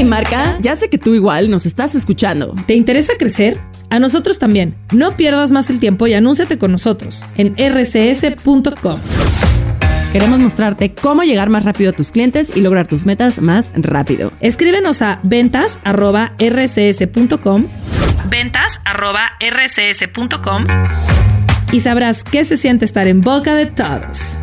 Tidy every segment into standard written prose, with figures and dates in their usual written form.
mi marca, ya sé que tú igual nos estás escuchando. ¿Te interesa crecer? A nosotros también. No pierdas más el tiempo y anúnciate con nosotros en rcs.com. Queremos mostrarte cómo llegar más rápido a tus clientes y lograr tus metas más rápido. Escríbenos a ventas@rcs.com. ventas@rcs.com y sabrás qué se siente estar en boca de todos.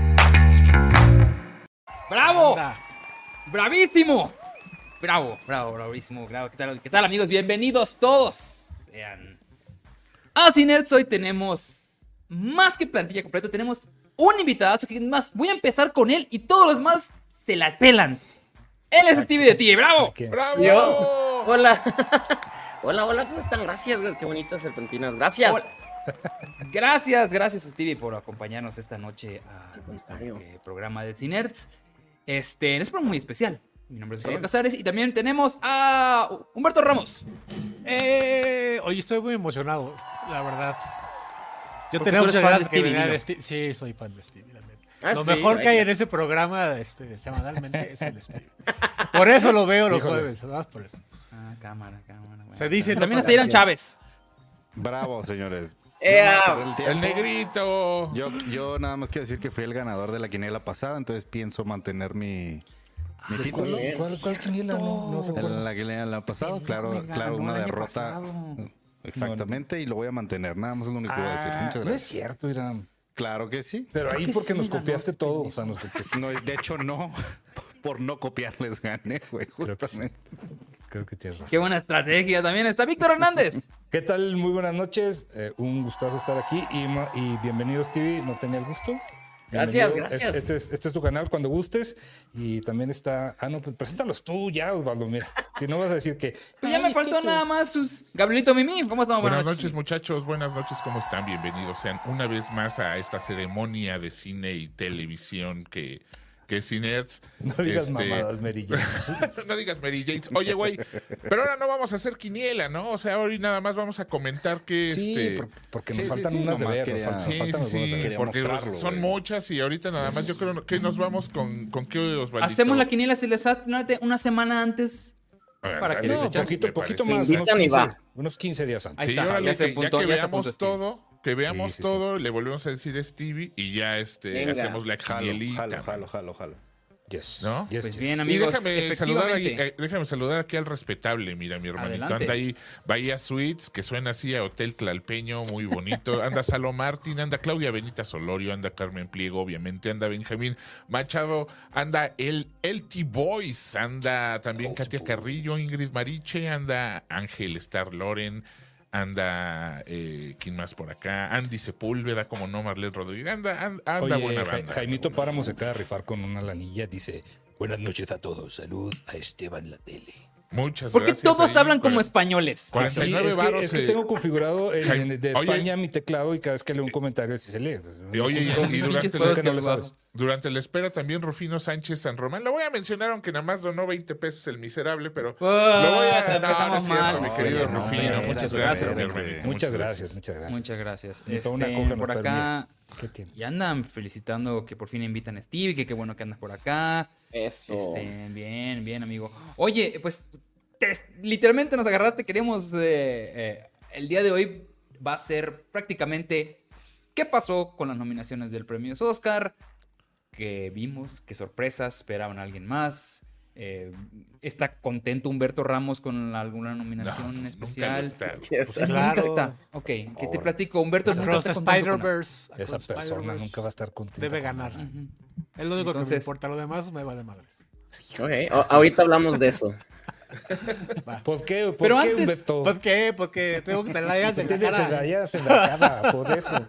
¡Bravo! ¡Bravísimo! Bravísimo. ¿Qué tal, amigos? Bienvenidos todos. Sean a Cinerds. Hoy tenemos más que plantilla completa. Tenemos un invitado, que más voy a empezar con él y todos los demás se la pelan. Él es Stevie de ti. ¡Bravo! ¡Bravo! Yo. Hola. Hola, ¿cómo están? Gracias, qué bonitas serpentinas. Gracias. Hola. Gracias Stevie por acompañarnos esta noche a nuestro programa de Cinerds. Es un programa muy especial. Mi nombre es Gustavo Casares y también tenemos a Humberto Ramos. Hoy estoy muy emocionado, la verdad. Yo Porque tenía tú eres muchas fan ganas de Stevie, que viniera dilo. Stevie. Sí, soy fan de Stevie, la neta. Lo Sí, mejor que hay en ese programa semanalmente es el Stevie. Por eso lo veo los jueves, ¿verdad? Por eso. Cámara. Bueno, Se dice también no está Irán Chávez. Bravo, señores. El negrito. Yo nada más quiero decir que fui el ganador de la quiniela pasada, entonces pienso mantener mi título. ¿Cuál quiniela? No recuerdo. En la quiniela pasada, claro, una derrota. Exactamente, y lo voy a mantener. Nada más es lo único que voy a decir. Muchas No es gracias. cierto, Irán. Claro que sí. Pero ahí que porque sí nos ganó copiaste este todo. O sea, nos copiaste. No, de hecho, no. Por no copiarles gané, güey, Creo que sí. justamente. Creo que tienes razón. Qué buena estrategia. También está Víctor Hernández. ¿Qué tal? Muy buenas noches. Un gustazo estar aquí. Y bienvenido, Stevie. No tenía el gusto. Gracias, Bienvenido. gracias. Este es tu canal cuando gustes. Y también está... no, pues preséntalos tú ya, Osvaldo. Mira, si no vas a decir que... Pues ya me faltó nada más sus... Gabrielito Mimi, ¿cómo estamos? Buenas noches, muchachos. Buenas noches, ¿cómo están? Bienvenidos sean una vez más a esta ceremonia de cine y televisión que es Cinerds. No digas mamadas, Mary Jane. No digas Mary Jane. Oye, güey, pero ahora no vamos a hacer quiniela, ¿no? O sea, hoy nada más vamos a comentar que Sí, porque nos faltan unas de nomás ver. quería- Nos faltan algunas de ver. Quería porque mostrarlo, son güey. muchas y ahorita nada más yo creo que nos vamos con qué, Osvaldito. Hacemos la quiniela si les hace una semana antes. Para que les No, echen, poquito me más. parece. Invitan y va. Unos 15 días antes. Ahí Sí, está, órale, ya se que apuntó, que ya se apuntó veamos Stevie. todo, que veamos Sí. todo, le volvemos a decir a Stevie y ya Venga. hacemos la quinielita. Jalo. Yes. ¿No? Yes, Pues yes. bien, Y amigos, déjame saludar aquí al respetable, mira, mi hermanito. Adelante. Anda ahí Bahía Suites, que suena así a Hotel Tlalpeño, muy bonito. Anda Salo Martín, anda Claudia Benita Solorio, anda Carmen Pliego, obviamente, anda Benjamín Machado, anda el T-Boys, anda también Katia Carrillo, Ingrid Mariche, anda Ángel Star Loren, anda, ¿quién más por acá? Andy Sepúlveda, como no, Marlene Rodríguez, anda Oye, buena banda. Jaimito Páramo se acaba de rifar con una lanilla. Dice, buenas noches a todos. Salud a Esteban la tele. Muchas Porque gracias. todos ahí, hablan como para- españoles. 49 es varos. que tengo configurado de Oye. España mi teclado y cada vez que leo un comentario así se lee. Oye, y Pinches durante juegos que no le que sabes. Durante la espera también Rufino Sánchez San Román. Lo voy a mencionar, aunque nada más donó 20 pesos el miserable, pero lo voy a... No, es cierto, mi querido no, Rufino. no, Muchas no, gracias, no, mi no, hermanito. Muchas gracias. Muchas gracias. Ni para una coca Por nos acá, ¿Qué tiene? y andan felicitando que por fin invitan a Stevie, que qué bueno que andas por acá. Eso. Bien, amigo. Oye, pues literalmente nos agarraste. Queremos. El día de hoy va a ser prácticamente qué pasó con las nominaciones del premio Oscar. Que vimos, qué sorpresas, esperaban a alguien más. ¿Está contento Humberto Ramos con alguna nominación especial? Nunca lo está. Yes. Pues Claro. nunca está. Ok, ¿qué te platico? Humberto nunca Across está the contento con nada. Spider-Verse. Esa Across the persona Spider-Verse nunca va a estar contenta. debe con ganar. nada. Es lo único que Entonces- me importa. Lo demás me vale madres. Ok, ahorita hablamos de eso. ¿Por qué? Pero ¿Por qué, antes- Humberto? ¿Por qué? Porque tengo que te la hayas Se en la tiene que cara. rayas en la cara, por eso.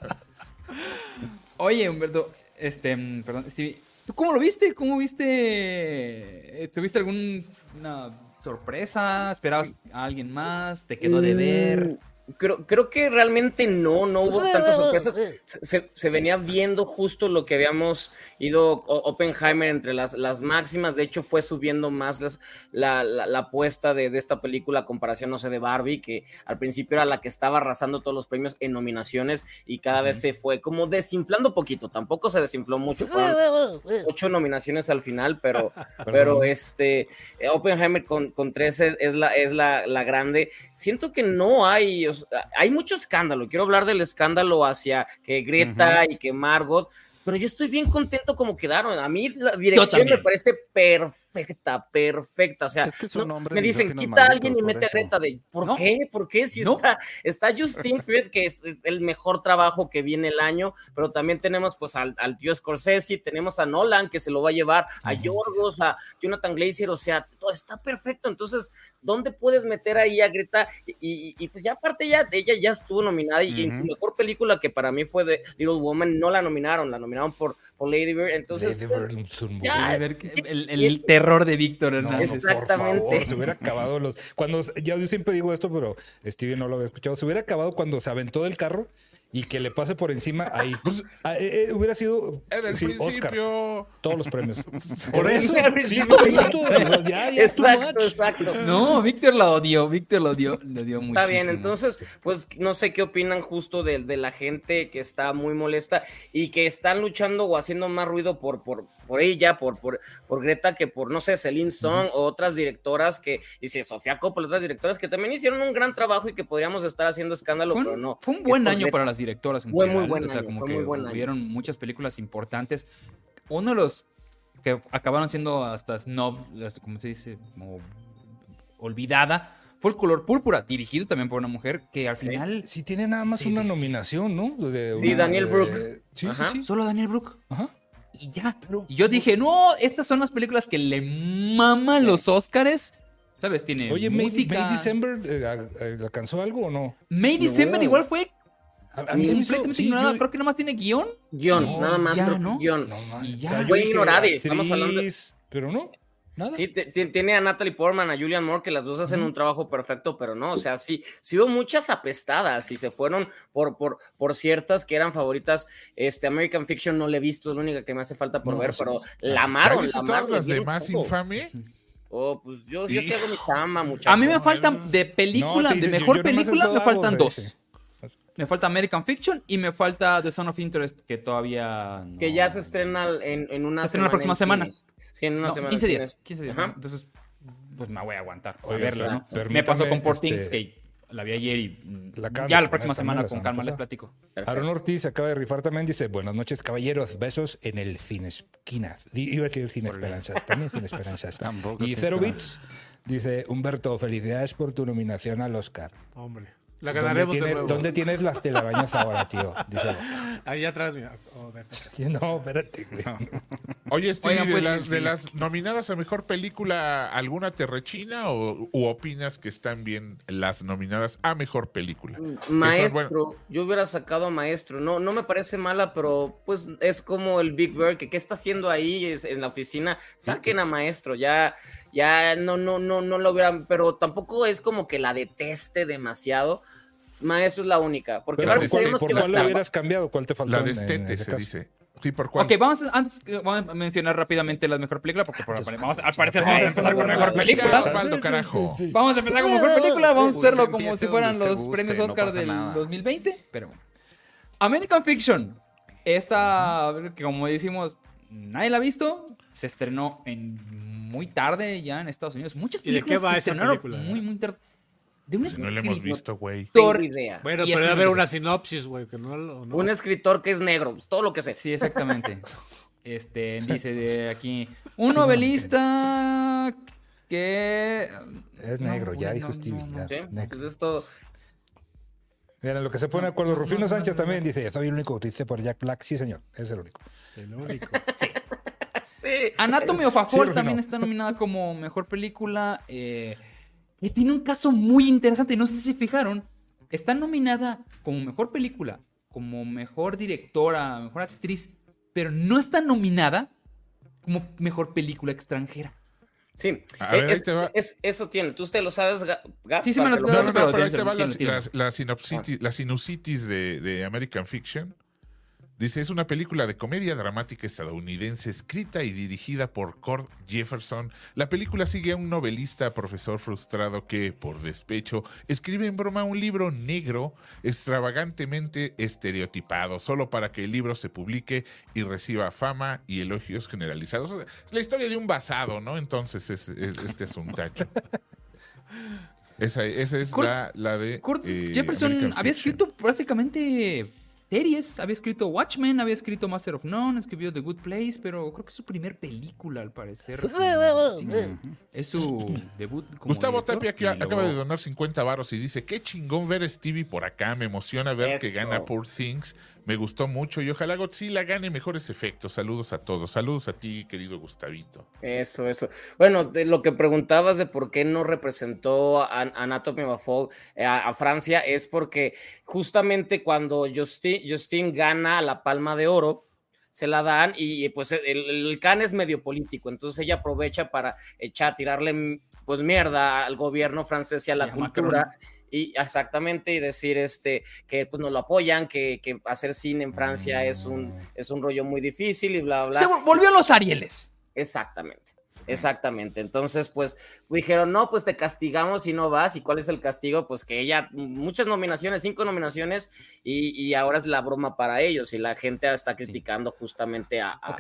Oye, Humberto, perdón, Stevie, ¿tú cómo lo viste? ¿Cómo viste? ¿Tuviste alguna sorpresa? ¿Esperabas a alguien más? ¿Te quedó de ver? Creo que realmente no hubo tantas sorpresas. Se venía viendo justo lo que habíamos ido Oppenheimer entre las máximas. De hecho, fue subiendo más la apuesta de esta película a comparación, no sé, de Barbie, que al principio era la que estaba arrasando todos los premios en nominaciones y cada vez se fue como desinflando poquito. Tampoco se desinfló mucho. Fueron 8 nominaciones al final, pero Oppenheimer con 13 es la grande. Siento que no hay mucho escándalo. Quiero hablar del escándalo hacia que Greta y que Margot, pero yo estoy bien contento como quedaron. A mí la dirección me parece perfecta. O sea, es que su nombre me dicen, quita a alguien y mete a Greta. ¿Por qué? ¿Por qué? Si está Justin Pearl, que es el mejor trabajo que viene el año, pero también tenemos pues al tío Scorsese, tenemos a Nolan, que se lo va a llevar, a Yorgos, a Jonathan Glazer, o sea, todo está perfecto. Entonces, ¿dónde puedes meter ahí a Greta? Y pues ya aparte ella ya estuvo nominada y en su mejor película, que para mí fue The Little Woman, no la nominaron por Lady Bird. Entonces, el terror de Víctor Hernández. Exactamente. Por favor, se hubiera acabado yo siempre digo esto, pero Steven no lo había escuchado. Se hubiera acabado cuando se aventó del carro y que le pase por encima ahí. Pues, hubiera sido en el principio Oscar. Todos los premios. Por eso. Exacto. No, Víctor lo odió muchísimo. Está bien, entonces, pues no sé qué opinan justo de la gente que está muy molesta y que están luchando o haciendo más ruido por ella, por Greta, que por, no sé, Celine Song o otras directoras Sofía Coppola, otras directoras que también hicieron un gran trabajo y que podríamos estar haciendo escándalo, pero no. Fue un buen año para las directoras. Fue muy buen año. O sea, como que hubieron muchas películas importantes. Uno de los que acabaron siendo hasta snob, como se dice, como olvidada, fue El color púrpura, dirigido también por una mujer que al final... Sí, tiene nada más una nominación, ¿no? Daniel Brooke. Sí. Solo Daniel Brooke. Ajá. Y ya. Y yo dije, no, estas son las películas que le maman los Óscares. ¿Sabes? Tiene música. May December ¿alcanzó algo o no? May December igual fue A mí completamente ignorada. Creo que nada más tiene guión. Nada más. Ya, ¿no? Guión. Y ya. Fue ignorada. Estamos hablando. Pero no. Nada. Sí, tiene a Natalie Portman, a Julianne Moore, que las dos hacen un trabajo perfecto, pero no, o sea, sí hubo muchas apestadas y se fueron por ciertas que eran favoritas. American Fiction no la he visto, es la única que me hace falta por ver, pero la amaron. ¿Todas las demás infame? Pues yo sí hago mi chamba, muchachos. A mí me faltan de película, de mejor película, me faltan dos. Me falta American Fiction y me falta The Zone of Interest, que todavía no. Que ya se estrena en una semana. Se estrena la próxima semana. Sí, en una semana. 15 días. 15 días. Ajá. Entonces, pues me voy a aguantar a Oiga, verlo, ¿no? permítame, Me pasó con Poor Things, que la vi ayer y ya la próxima semana con calma les platico. Aaron Ortiz acaba de rifar también, dice, buenas noches, caballeros, besos en el Cine Esquinas. Iba a decir Cine Esperanzas, también Cine Esperanzas. Y Zero Bits dice, Humberto, felicidades por tu nominación al Oscar. Hombre. La ganaremos de nuevo. ¿Dónde tienes las telarañas ahora, tío? Dice. Ahí atrás, mira. No, espérate. Oye, Stevie, Oigan, pues, de las nominadas a Mejor Película, ¿alguna te rechina u opinas que están bien las nominadas a Mejor Película? Maestro, yo hubiera sacado a Maestro. No me parece mala, pero pues es como el Big Bird, que qué está haciendo ahí en la oficina. Saquen a Maestro, ya no lo hubieran, pero tampoco es como que la deteste demasiado. Maestro es la única, porque ¿Por cuál lo hubieras cambiado? ¿Cuál te faltó? La destete, se dice. Sí, ¿por cuál? Ok, vamos a mencionar rápidamente la mejor película, porque al parecer vamos a empezar con mejor película. Osvaldo, carajo. Vamos a empezar con mejor película, vamos a hacerlo como si fueran los premios Oscar del 2020, pero bueno. American Fiction, esta, que como decimos, nadie la ha visto, se estrenó muy tarde ya en Estados Unidos. Muchas películas ¿Y de qué va se esa estrenaron película? muy tarde. De un No la hemos visto, güey. tengo idea. Bueno, Y pero así debe haber dice. una sinopsis, güey. Que no. Un escritor que es negro, pues, todo lo que sé. Sí, exactamente. Dice de aquí, un novelista que... Es negro, ya dijo Stevie. ya. ¿Sí? Next. Pues esto, Mira, lo que se pone de acuerdo, Rufino Sánchez también dice, soy el único que dice por Jack Black. Sí, señor, es el único. El único. sí. Anatomy of a Sí, Fall Rufino. también está nominada como mejor película. Que tiene un caso muy interesante. No sé si se fijaron. Está nominada como mejor película, como mejor directora, mejor actriz, pero no está nominada como mejor película extranjera. Sí, A ver, ahí te va. eso tiene. ¿Tú te lo sabes, Gab? Sí, me lo No, pero pero ahí te va tiene. la sinusitis de American Fiction. Dice, es una película de comedia dramática estadounidense escrita y dirigida por Cord Jefferson. La película sigue a un novelista profesor frustrado que, por despecho, escribe en broma un libro negro extravagantemente estereotipado, solo para que el libro se publique y reciba fama y elogios generalizados. O sea, es la historia de un basado, ¿no? Entonces este es un tacho. Esa es la de Kurt Jefferson American había Fiction. escrito prácticamente series, había escrito Watchmen, había escrito Master of None, escribió The Good Place, pero creo que es su primer película, al parecer. Es su debut como Gustavo director, Tapia y luego- acaba de donar 50 varos y dice, qué chingón ver a Stevie por acá, me emociona ver que Eso. gana Poor Things, me gustó mucho y ojalá Godzilla gane mejores efectos. Saludos a todos, saludos a ti, querido Gustavito. Eso. Bueno, de lo que preguntabas de por qué no representó a Anatomy of a Fall a Francia es porque justamente cuando Justine gana la Palma de Oro, se la dan y pues el Cannes es medio político, entonces ella aprovecha para tirarle pues mierda al gobierno francés y a la Y a cultura. Macron. Y exactamente, y decir que pues no lo apoyan, que hacer cine en Francia es un rollo muy difícil y bla, bla, Se bla. volvió a los Arieles. Exactamente. Entonces, pues dijeron, no, pues te castigamos si no vas. ¿Y cuál es el castigo? Pues que ella, muchas nominaciones, 5 nominaciones, y ahora es la broma para ellos. Y la gente está criticando justamente a... Ok.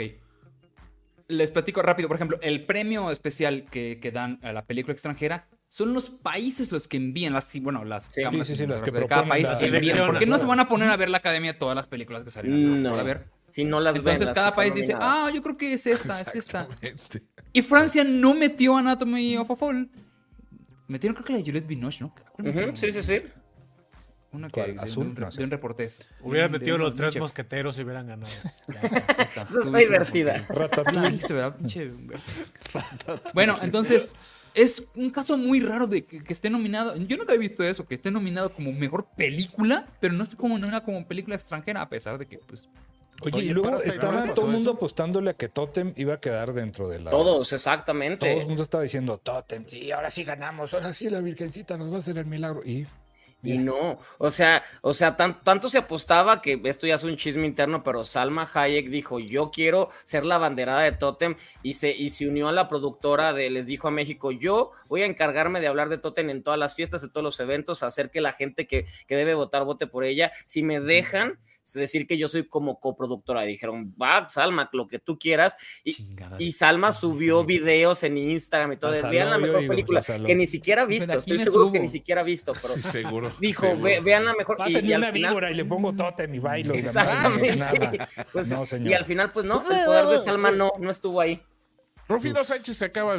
Les platico rápido. Por ejemplo, el premio especial que dan a la película extranjera son los países los que envían las cámaras sí, las que de cada proponen país. las Envían, elecciones, porque no se claro. van a poner a ver la academia todas las películas que salieron. No, A ver. si no las ven, Entonces las cada que país están dice, nominadas. yo creo que es esta. Exactamente. Y Francia no metió Anatomy of a Fall. Metieron creo que la de Juliette Binoche, ¿no? ¿Cuál Ujú, metieron? sí. Una que ¿Cuál? ¿Azul? No sé. de un reportés. Hubieran De metido un los 3 chef. mosqueteros y hubieran ganado. Eso está divertida. Tú dijiste, ¿verdad? Pinche Humberto. Bueno, entonces, es un caso muy raro de que esté nominado. Yo nunca he visto eso, que esté nominado como mejor película, pero no esté como nominado como película extranjera, a pesar de que, pues. Oye, Oye, y luego Parasite, estaba ¿no todo pasó el mundo eso? apostándole a que Totem iba a quedar dentro de la... Todos, exactamente. Todo el mundo estaba diciendo, Totem, sí, ahora sí ganamos, ahora sí la Virgencita nos va a hacer el milagro. Y Y no, o sea, tanto se apostaba que esto ya es un chisme interno, pero Salma Hayek dijo, yo quiero ser la banderada de Totem y se unió a la productora les dijo a México, yo voy a encargarme de hablar de Totem en todas las fiestas, en todos los eventos, hacer que la gente que debe votar vote por ella, si me dejan decir que yo soy como coproductora. Y dijeron, va, Salma, lo que tú quieras. Y Salma subió videos en Instagram y todo. Vean la mejor película, que ni siquiera ha visto. Estoy seguro que ni siquiera ha visto, pero Sí, seguro. dijo, seguro. vean la mejor. pásenme al una final- víbora y le pongo Totem y bailo. Exactamente. Nada. Pues, No, señor. y al final, pues no, el poder de Salma no estuvo ahí. Rufino Sánchez se acaba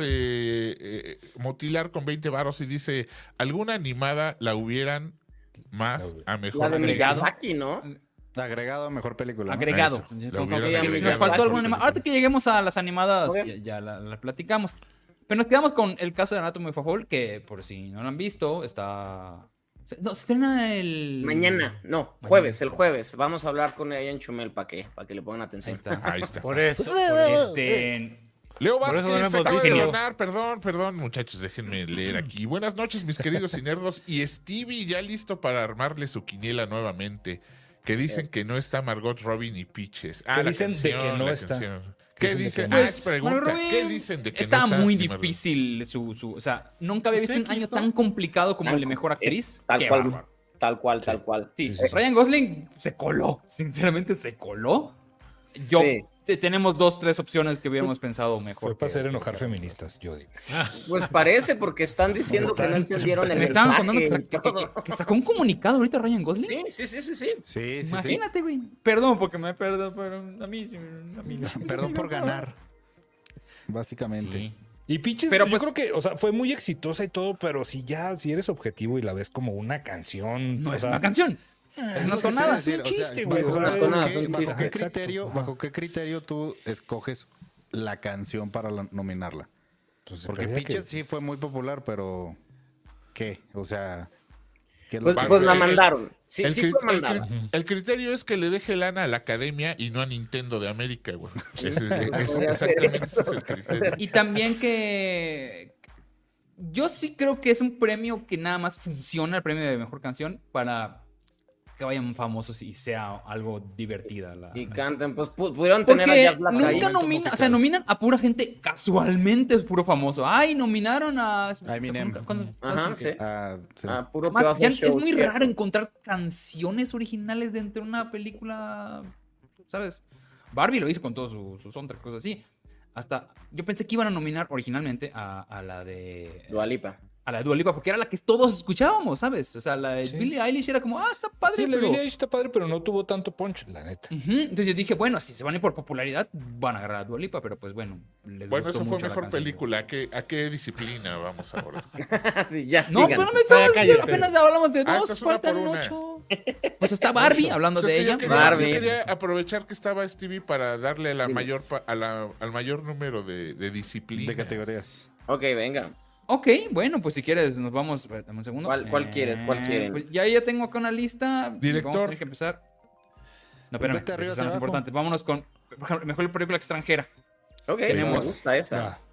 de motilar con 20 varos y dice, ¿alguna animada la hubieran más a La mejor de agregado. Miyazaki, ¿no? Agregado a mejor película. ¿no? Agregado. Eso, Ya, lo como hubieran que si agregado. nos faltó Mejor alguna animada. Ahorita que lleguemos a las animadas, Ok. ya la platicamos. Pero nos quedamos con el caso de Anatomy of a Fall, que por si no lo han visto, está... No, se estrena el... Mañana, no, jueves, el jueves. Vamos a hablar con ella en Chumel para que le pongan Ahí atención. está. Ahí está. Por eso. Leo Por eso Vázquez no lo hemos acaba de visto. donar, perdón, muchachos, déjenme leer aquí. Buenas noches, mis queridos cinerdos. Y Stevie ya listo para armarle su quiniela nuevamente. Que dicen que no está Margot Robbie ni Peaches. Que dicen de que no la está. canción. Que ¿Qué dicen dicen? de que no. Es pregunta. Margot Robbie ¿Qué dicen de que está no está? muy Sí, Margot? difícil o sea, nunca había visto Sí, un año ¿no? tan complicado como el de mejor actriz. Tal Qué cual, bárbaro. tal cual. Sí, Sí. Ryan Gosling se coló. Sinceramente, se coló. Yo Sí. tenemos 2-3 opciones que hubiéramos pensado mejor. Fue para hacer que- enojar feministas, yo digo. Pues parece, porque están diciendo que no entendieron el Me estaban contando mensaje que, y todo. que sacó un comunicado ahorita Ryan Gosling. Sí. Imagínate, güey. Perdón, porque me perdón, pero a mí sí. Perdón por ganar. Básicamente. Sí. Y Peaches, Pero, yo pues- creo que, o sea, fue muy exitosa y todo, pero si eres objetivo y la ves como una canción. No o es sea, una canción. Es una lo que tonada. quiero decir, Es un chiste, o sea, güey, o sea, ¿bajo tonada, qué- es un bajo chiste. qué Exacto. criterio, Ajá. bajo qué criterio tú escoges la canción para nominarla? pues, se Porque perdía Peaches que- sí fue muy popular, pero ¿qué? O sea, ¿qué es lo Pues, que- pues la mandaron. Sí, El sí cri- fue el mandada. cri- el criterio es que le deje lana a la academia y no a Nintendo de América, güey. Exactamente ese es el criterio. Y también que Yo sí creo que es un premio que nada más funciona, el premio de mejor canción, para que vayan famosos y sea algo divertida. Y canten, pues pudieron tener a Porque Jack Black ahí. nunca nominan a pura gente casualmente, es puro famoso. Ay, nominaron a Eminem. Ajá, sí. Sí. Puro que Más, va a ya hacer es shows, muy ¿cierto? raro encontrar canciones originales dentro de una película, ¿sabes? Barbie lo hizo con todos sus soundtracks, cosas así. Hasta yo pensé que iban a nominar originalmente a la de Dua Lipa. a la de Dua Lipa, porque era la que todos escuchábamos, ¿sabes? O sea, la de Sí. Billie Eilish era como, está padre, Sí, la pero... Billie Eilish está padre, pero no tuvo tanto punch, la neta. Ujú. Entonces yo dije, bueno, si se van a ir por popularidad, van a agarrar a Dua Lipa, pero pues bueno, les Bueno, gustó eso fue mucho la mejor canción. película. ¿A qué disciplina vamos ahora? Sí, ya, No, sigan. pero no me estamos cállate. apenas hablamos de dos, entonces una faltan por una. 8. Pues está Barbie, hablando Pues de es que ella. yo Barbie. quería aprovechar que estaba Stevie para darle a la Dime. mayor al mayor número de disciplinas. De categorías. Ok, venga. Ok, bueno, pues si quieres, nos vamos. Dame un segundo. ¿Cuál quieres? ¿Cuál quieren? Pues ya tengo acá una lista. Director. Vamos a tener que empezar. No, espérame, Vete arriba esas son las hacia abajo. importantes. Vámonos con, por ejemplo, mejor película extranjera. Ok, Tenemos- me gusta esa. Ah,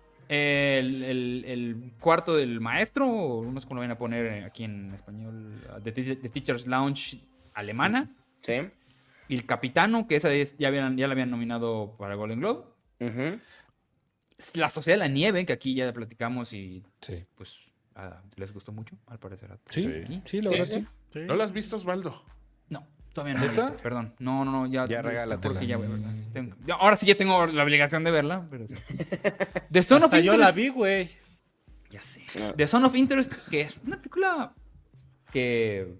El cuarto del maestro, o unos como lo van a poner aquí en español, The Teacher's Lounge alemana. Sí. Y el capitano, que esa ya la habían nominado para Golden Globe. Ujú. La Sociedad de la Nieve, que aquí ya platicamos y sí. pues les gustó mucho, al parecer. Sí, Aquí. sí, la verdad sí. Sí. ¿No la has visto, Osvaldo? No, todavía no la he ¿Neta? visto, perdón. No, ya. Ya regálatela. Porque ya voy a verla. Ahora sí ya tengo la obligación de verla, pero sí. The Son of Hasta yo Interest. la vi, güey. Ya sé. The Son of Interest, que es una película que...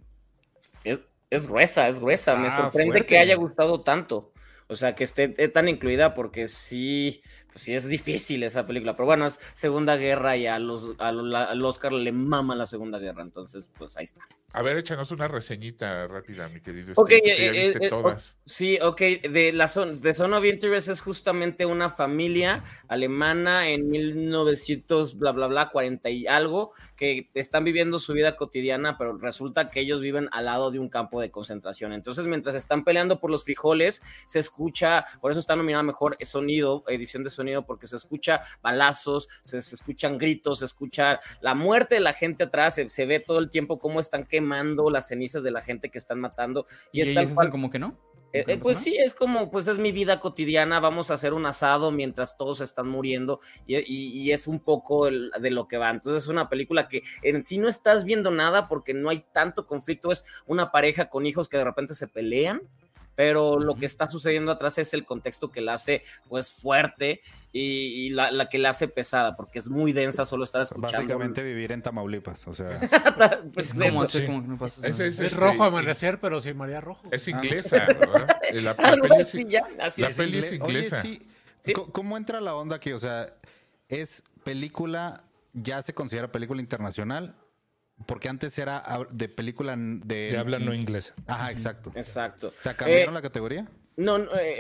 Es gruesa, es gruesa. Me sorprende fuerte. que haya gustado tanto. O sea, que esté tan incluida porque sí, pues sí es difícil esa película. Pero bueno, es Segunda Guerra y al Oscar le mama la Segunda Guerra. Entonces, pues ahí está. A ver, échanos una reseñita rápida, mi querido Ok, Steve, que ya viste todas. sí, ok. The Zone of Interest es justamente una familia alemana en 1900, bla, bla, bla, 40 y algo, que están viviendo su vida cotidiana, pero resulta que ellos viven al lado de un campo de concentración. Entonces, mientras están peleando por los frijoles, se escucha, por eso está nominada mejor sonido, edición de sonido, porque se escucha balazos, se escuchan gritos, se escucha la muerte de la gente atrás, se ve todo el tiempo cómo están quemando las cenizas de la gente que están matando. Y es ellos tal hacen cual. como que no. Pues sí, es como, pues es mi vida cotidiana, vamos a hacer un asado mientras todos están muriendo y es un poco de lo que va. Entonces es una película que en sí no estás viendo nada porque no hay tanto conflicto, es una pareja con hijos que de repente se pelean, pero lo que está sucediendo atrás es el contexto que la hace pues fuerte y la que la hace pesada, porque es muy densa solo estar escuchando. Básicamente vivir en Tamaulipas, o sea. Pues, ¿Cómo sí. hacer como que no pasa Ese nada? Es rojo amanecer, pero sin María Rojo. Es inglesa, ¿verdad? La algo peli así ya, así la es. peli es inglesa. Oye, sí. Sí. ¿Cómo entra la onda aquí? O sea, ¿es película, ya se considera película internacional? Porque antes era de película De habla no inglesa. Ajá, exacto. Exacto. O sea, ¿cambiaron la categoría? No,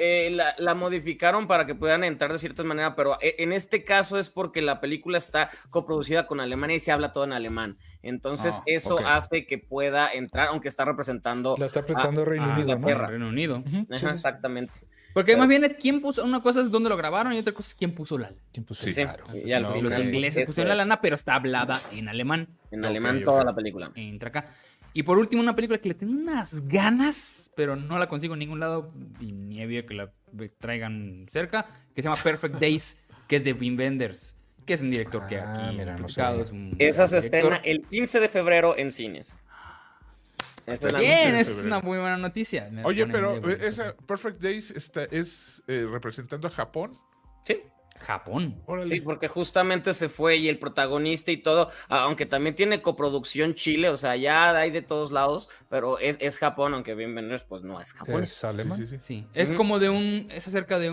la modificaron para que puedan entrar de cierta manera, pero en este caso es porque la película está coproducida con Alemania y se habla todo en alemán. Entonces eso ok. hace que pueda entrar, aunque está representando La está presentando Reino Unido, ¿no? Inglaterra. Reino Unido. Ujú, sí, Ajá, sí. exactamente. Porque más bien es quién puso, una cosa es dónde lo grabaron y otra cosa es quién puso la lana. ¿Quién puso? Sí. Sí, Claro. y al Y final, los ingleses esto pusieron la es lana, pero está hablada en alemán. en alemán Ok, toda ok. la película. Entra acá. Y por último, una película que le tengo unas ganas, pero no la consigo en ningún lado y ni he visto que la traigan cerca, que se llama Perfect Days, que es de Wim Wenders, que es un director que Ah, aquí mira, no criticado, sabía. es un Esa se gran director. estrena el 15 de febrero en cines. Esta es la Bien, de esa es febrero. una muy buena noticia. Me Oye, pone pero muy bueno. esa Perfect Days es representando a Japón. Sí. Japón. Órale. Sí, porque justamente se fue y el protagonista y todo, aunque también tiene coproducción Chile, o sea, ya hay de todos lados, pero es Japón, aunque bien Wenders pues no es Japón. ¿Es alemán? Sí, sí, sí. Sí, es Ujú. como es acerca de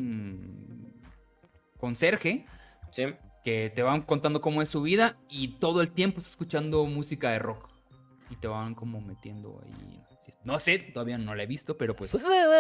un conserje Sí. que te van contando cómo es su vida y todo el tiempo estás escuchando música de rock y te van como metiendo ahí. No sé, todavía no la he visto, pero pues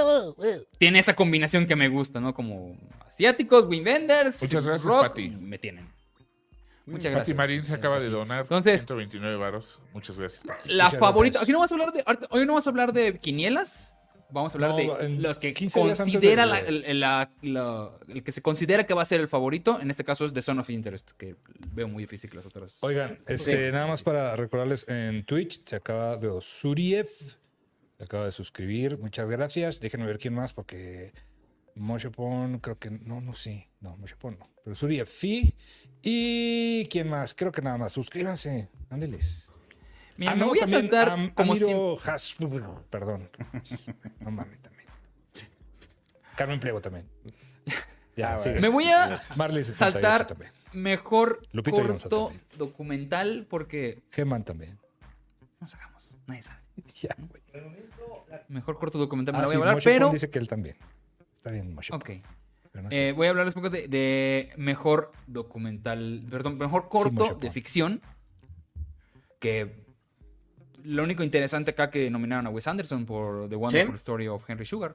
tiene esa combinación que me gusta, ¿no? Como asiáticos, Wim Wenders, Muchas gracias, rock, Pati. me tienen. Muchas Pati gracias. Marín se acaba de donar Entonces, 129 varos. Muchas gracias, Pati. La Muchas favorita, gracias. aquí no vamos a hablar de hoy no vamos a hablar de quinielas, vamos a hablar de en los que 15 días antes considera de- el que se considera que va a ser el favorito. En este caso es The Zone of Interest, que veo muy difícil que las otras. Oigan, nada más para recordarles, en Twitch se acaba de Osuriev, se acaba de suscribir. Muchas gracias. Déjenme ver quién más, porque Moshepon, creo que no sé. No, Moshepon no. Pero Suriev, sí. ¿Y quién más? Creo que nada más. Suscríbanse. Ándeles. Mira, me voy a saltar como si... Perdón. No mames, también. Carmen Pliego también. Ya, sigue. Me voy a Marley 78 saltar también. mejor Lupito Alonso corto también. documental porque... Geman también. No sacamos, nadie sabe. Ya, güey. Mejor corto documental me la voy Sí, a hablar, Moshepon pero... dice que él también. Está bien, Moshepon. Ok. Pero no sé. Voy a hablarles un poco de mejor documental, perdón, mejor corto Moshepon. de ficción. Que lo único interesante acá que nominaron a Wes Anderson por The Wonderful Story of Henry Sugar.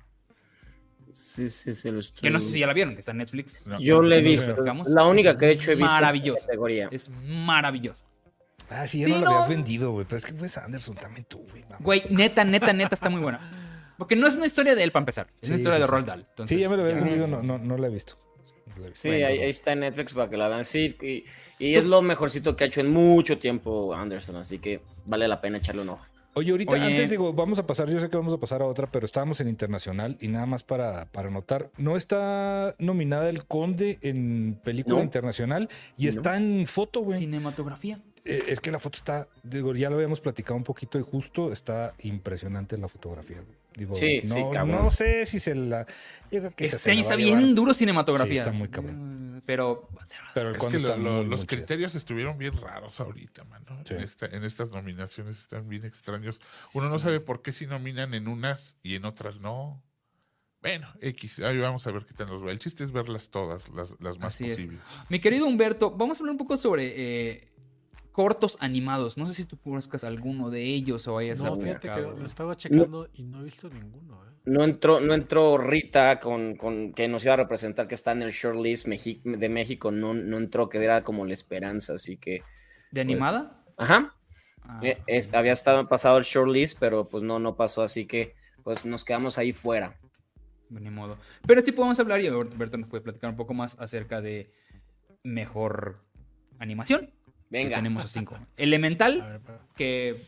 Sí, lo estoy... Que no sé si ya la vieron, que está en Netflix. No. Yo le he No visto. acercamos. La única que de hecho he visto Maravillosa. en esta categoría. Es maravillosa. Ah, sí, ya Sí, no lo no. habías vendido, güey. Pero es que Wes Anderson también tú, güey. Vamos. Güey, neta, está muy buena. Porque no es una historia de él para empezar. Es una historia de Roald Dahl. Entonces, Sí, ya me lo habías vendido, no la he visto. No la he visto. Sí, ahí está en Netflix para que la vean. Sí, y es lo mejorcito que ha hecho en mucho tiempo Anderson, así que vale la pena echarle un ojo. Oye, ahorita, Oye. antes digo, vamos a pasar, yo sé que vamos a pasar a otra, pero estábamos en internacional y nada más para notar, no está nominada El Conde en película No. internacional y está en foto, güey. cinematografía. Es que la foto está, digo, ya lo habíamos platicado un poquito y justo está impresionante la fotografía, güey. Digo, Sí, no, sí, cabrón. no sé si se la... Yo creo que esa Este se año la va está a bien llevar, duro cinematografía. Sí, está muy cabrón. Pero pero El Es Conde que está muy, los muy chido. criterios estuvieron bien raros ahorita, mano. Sí. En estas nominaciones están bien extraños. Uno no sabe por qué si nominan en unas y en otras no. Bueno, X, ahí vamos a ver qué tal nos va. El chiste es verlas todas, las más Así es. posibles. mi querido Humberto, vamos a hablar un poco sobre cortos animados. No sé si tú conozcas alguno de ellos o hayas No, fíjate que aplicado. lo estaba checando y no he visto ninguno. No entró Rita con que nos iba a representar, que está en el shortlist de México, no entró, que era como la esperanza, así que... ¿De animada? Ajá. Ah, Había estado pasado el shortlist, pero pues no pasó, así que pues nos quedamos ahí fuera. ni modo. Pero sí podemos hablar y Humberto nos puede platicar un poco más acerca de mejor animación. Venga. Que tenemos a 5. A Elemental, ver, pero- que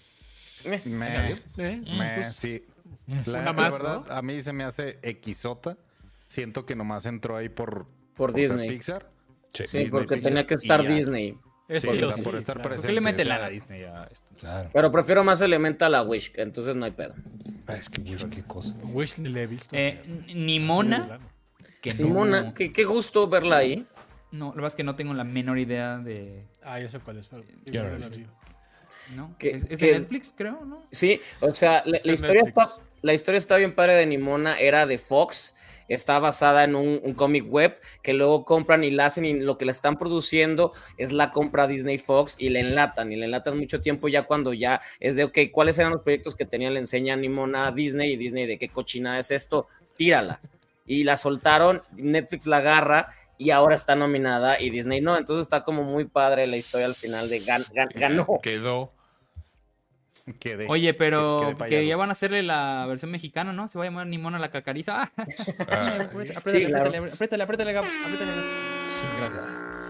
Sí. Una La más, verdad, ¿no? a mí se me hace equisota. Siento que nomás entró ahí por Por ser Disney. Pixar. Sí, Sí, Disney porque Pixar, tenía que y estar ya. Disney. Estilo, por sí, estar claro. ¿por qué le mete presente, lana o a sea, Disney a esto? claro. Pero prefiero más Elemental a Wish, entonces no hay pedo. Ah, es que, güey, qué cosa. Wish ni le he visto. Nimona, que no, Simona, qué gusto verla ahí. no, la verdad es que no tengo la menor idea de... Ah, ya sé cuál es. Pero Ya igual lo la viste. vi. ¿no? Que- Es de que- Netflix, creo, ¿no? Sí, o sea, la Está en historia Netflix. la historia está bien padre de Nimona, era de Fox, está basada en un cómic web que luego compran y la hacen y lo que la están produciendo es la compra Disney Fox y la enlatan mucho tiempo ya cuando ya es de, ok, ¿cuáles eran los proyectos que tenía? Le enseña a Nimona a Disney y Disney de qué cochinada es esto, tírala. Y la soltaron, Netflix la agarra y ahora está nominada y Disney no, entonces está como muy padre la historia al final de ganó. Quedó. Quedé- Oye, pero quedé que payaso. ya van a hacerle la versión mexicana, ¿no? Se va a llamar Nimona la Cacariza. Ah, Apriétale, claro. apriétale, Gab, apriétale. Gracias.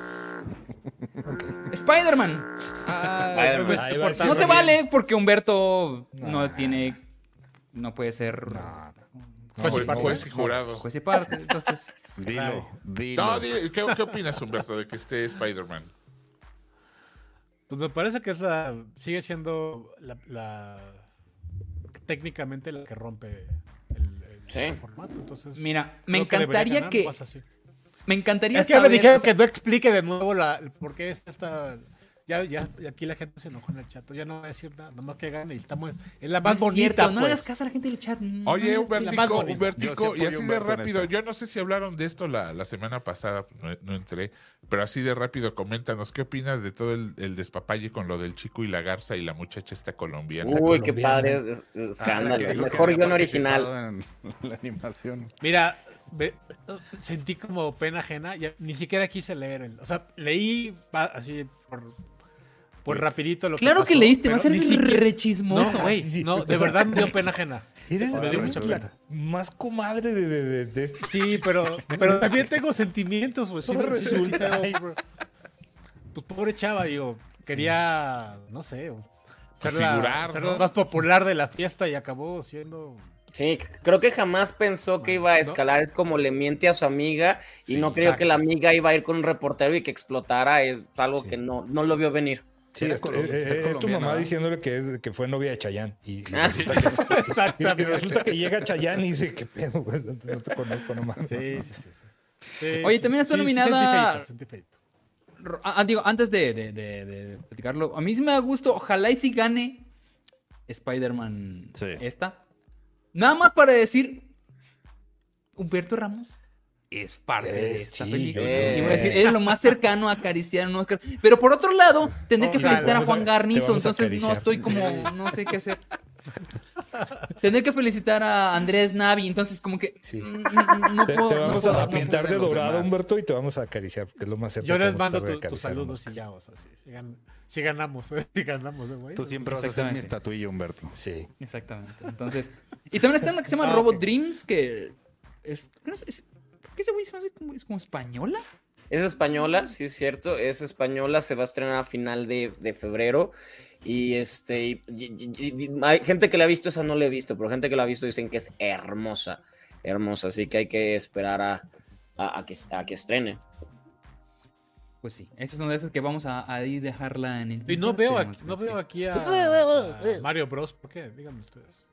Spider-Man. Spider-Man. Pues, Ahí va a ser no se bien. vale porque Humberto no puede ser Pues sí, juez y jurado. juez y parte. Entonces, Dilo, dilo. No, ¿qué opinas, Humberto, de que esté Spider-Man? Pues me parece que sigue siendo técnicamente la que rompe Sí. el formato. Entonces, mira, me creo que debería encantaría ganar, que más así. me encantaría Es que me saber dijeron o sea, que no explique de nuevo por qué esta. Ya aquí la gente se enojó en el chat. Ya no voy a decir nada, nomás que gane. Y es la no más es bonita, cierto, no le pues. das caso a la gente del chat. no, Oye, es la más Humbertico, bonita. Yo Humbertico, sí y apoyo así a de Humberto en rápido, esto. yo no sé si hablaron de esto la semana pasada, no entré, pero así de rápido, coméntanos, ¿qué opinas de todo el despapalle con lo del chico y la garza y la muchacha esta colombiana? Uy, qué colombiana. padre, escándalo. que dijo que Mejor había guión original. participado en la animación. Mira, sentí como pena ajena. Ni siquiera quise leer. O sea, leí así por rapidito lo Claro que pasó. que leíste, va a pero ser ni siquiera- re chismoso. No, güey, Sí, sí. no, de verdad me dio pena ajena. Eres Me dio mucha la pena. más comadre de este. Sí, pero también tengo sentimientos, pues. Sí, resulta. Pues pobre chava, digo, quería, no sé, ser figurar, la ¿no? más popular de la fiesta y acabó siendo... Sí, creo que jamás pensó que iba a escalar. Es como le miente a su amiga y Sí, no creyó exacto. que la amiga iba a ir con un reportero y que explotara. Es algo Sí. que no lo vio venir. Sí, es tu colombiana, mamá ¿verdad? diciéndole que fue novia de Chayanne. Y resulta que llega Chayanne y dice, ¿qué pedo, güey? No te conozco nomás. Sí. Oye, también está nominada- sentí feito. Digo, antes de platicarlo, a mí sí me da gusto. Ojalá y si gane Spider-Man Sí. esta. Nada más para decir, Humberto Ramos es parte de esta sí, película. yo- Y voy a decir, es lo más cercano a acariciar un Oscar. Pero por otro lado, tener que Ojalá, felicitar a vamos a- Juan te Garnizo, vamos a entonces no acariciar. estoy como, no sé qué hacer. Tener que felicitar a Andrés Navi, entonces como que Sí. no Te puedo. vamos no puedo, a no pintar puedo. de los dorado, demás. Humberto, y te vamos a acariciar, que es lo más cerca. Yo que les vamos a mando estar de tus acariciar a saludos un y ya, o sea, si ganamos, güey. Tú siempre vas a ser mi Exactamente. estatuilla, Humberto. Oscar. Sí. Exactamente. Entonces, y también está una que se llama Ah, Robot ok. Dreams, que ¿por qué ese güey se me hace como, es como española? Es española, sí es cierto, es española, se va a estrenar a final de febrero. Y hay gente que la ha visto, esa no la he visto, pero gente que la ha visto dicen que es hermosa, así que hay que esperar a que estrene. Pues sí, esa es una de esas que vamos a ahí dejarla en el. Y no veo aquí a Mario Bros. ¿Por qué? Díganme ustedes.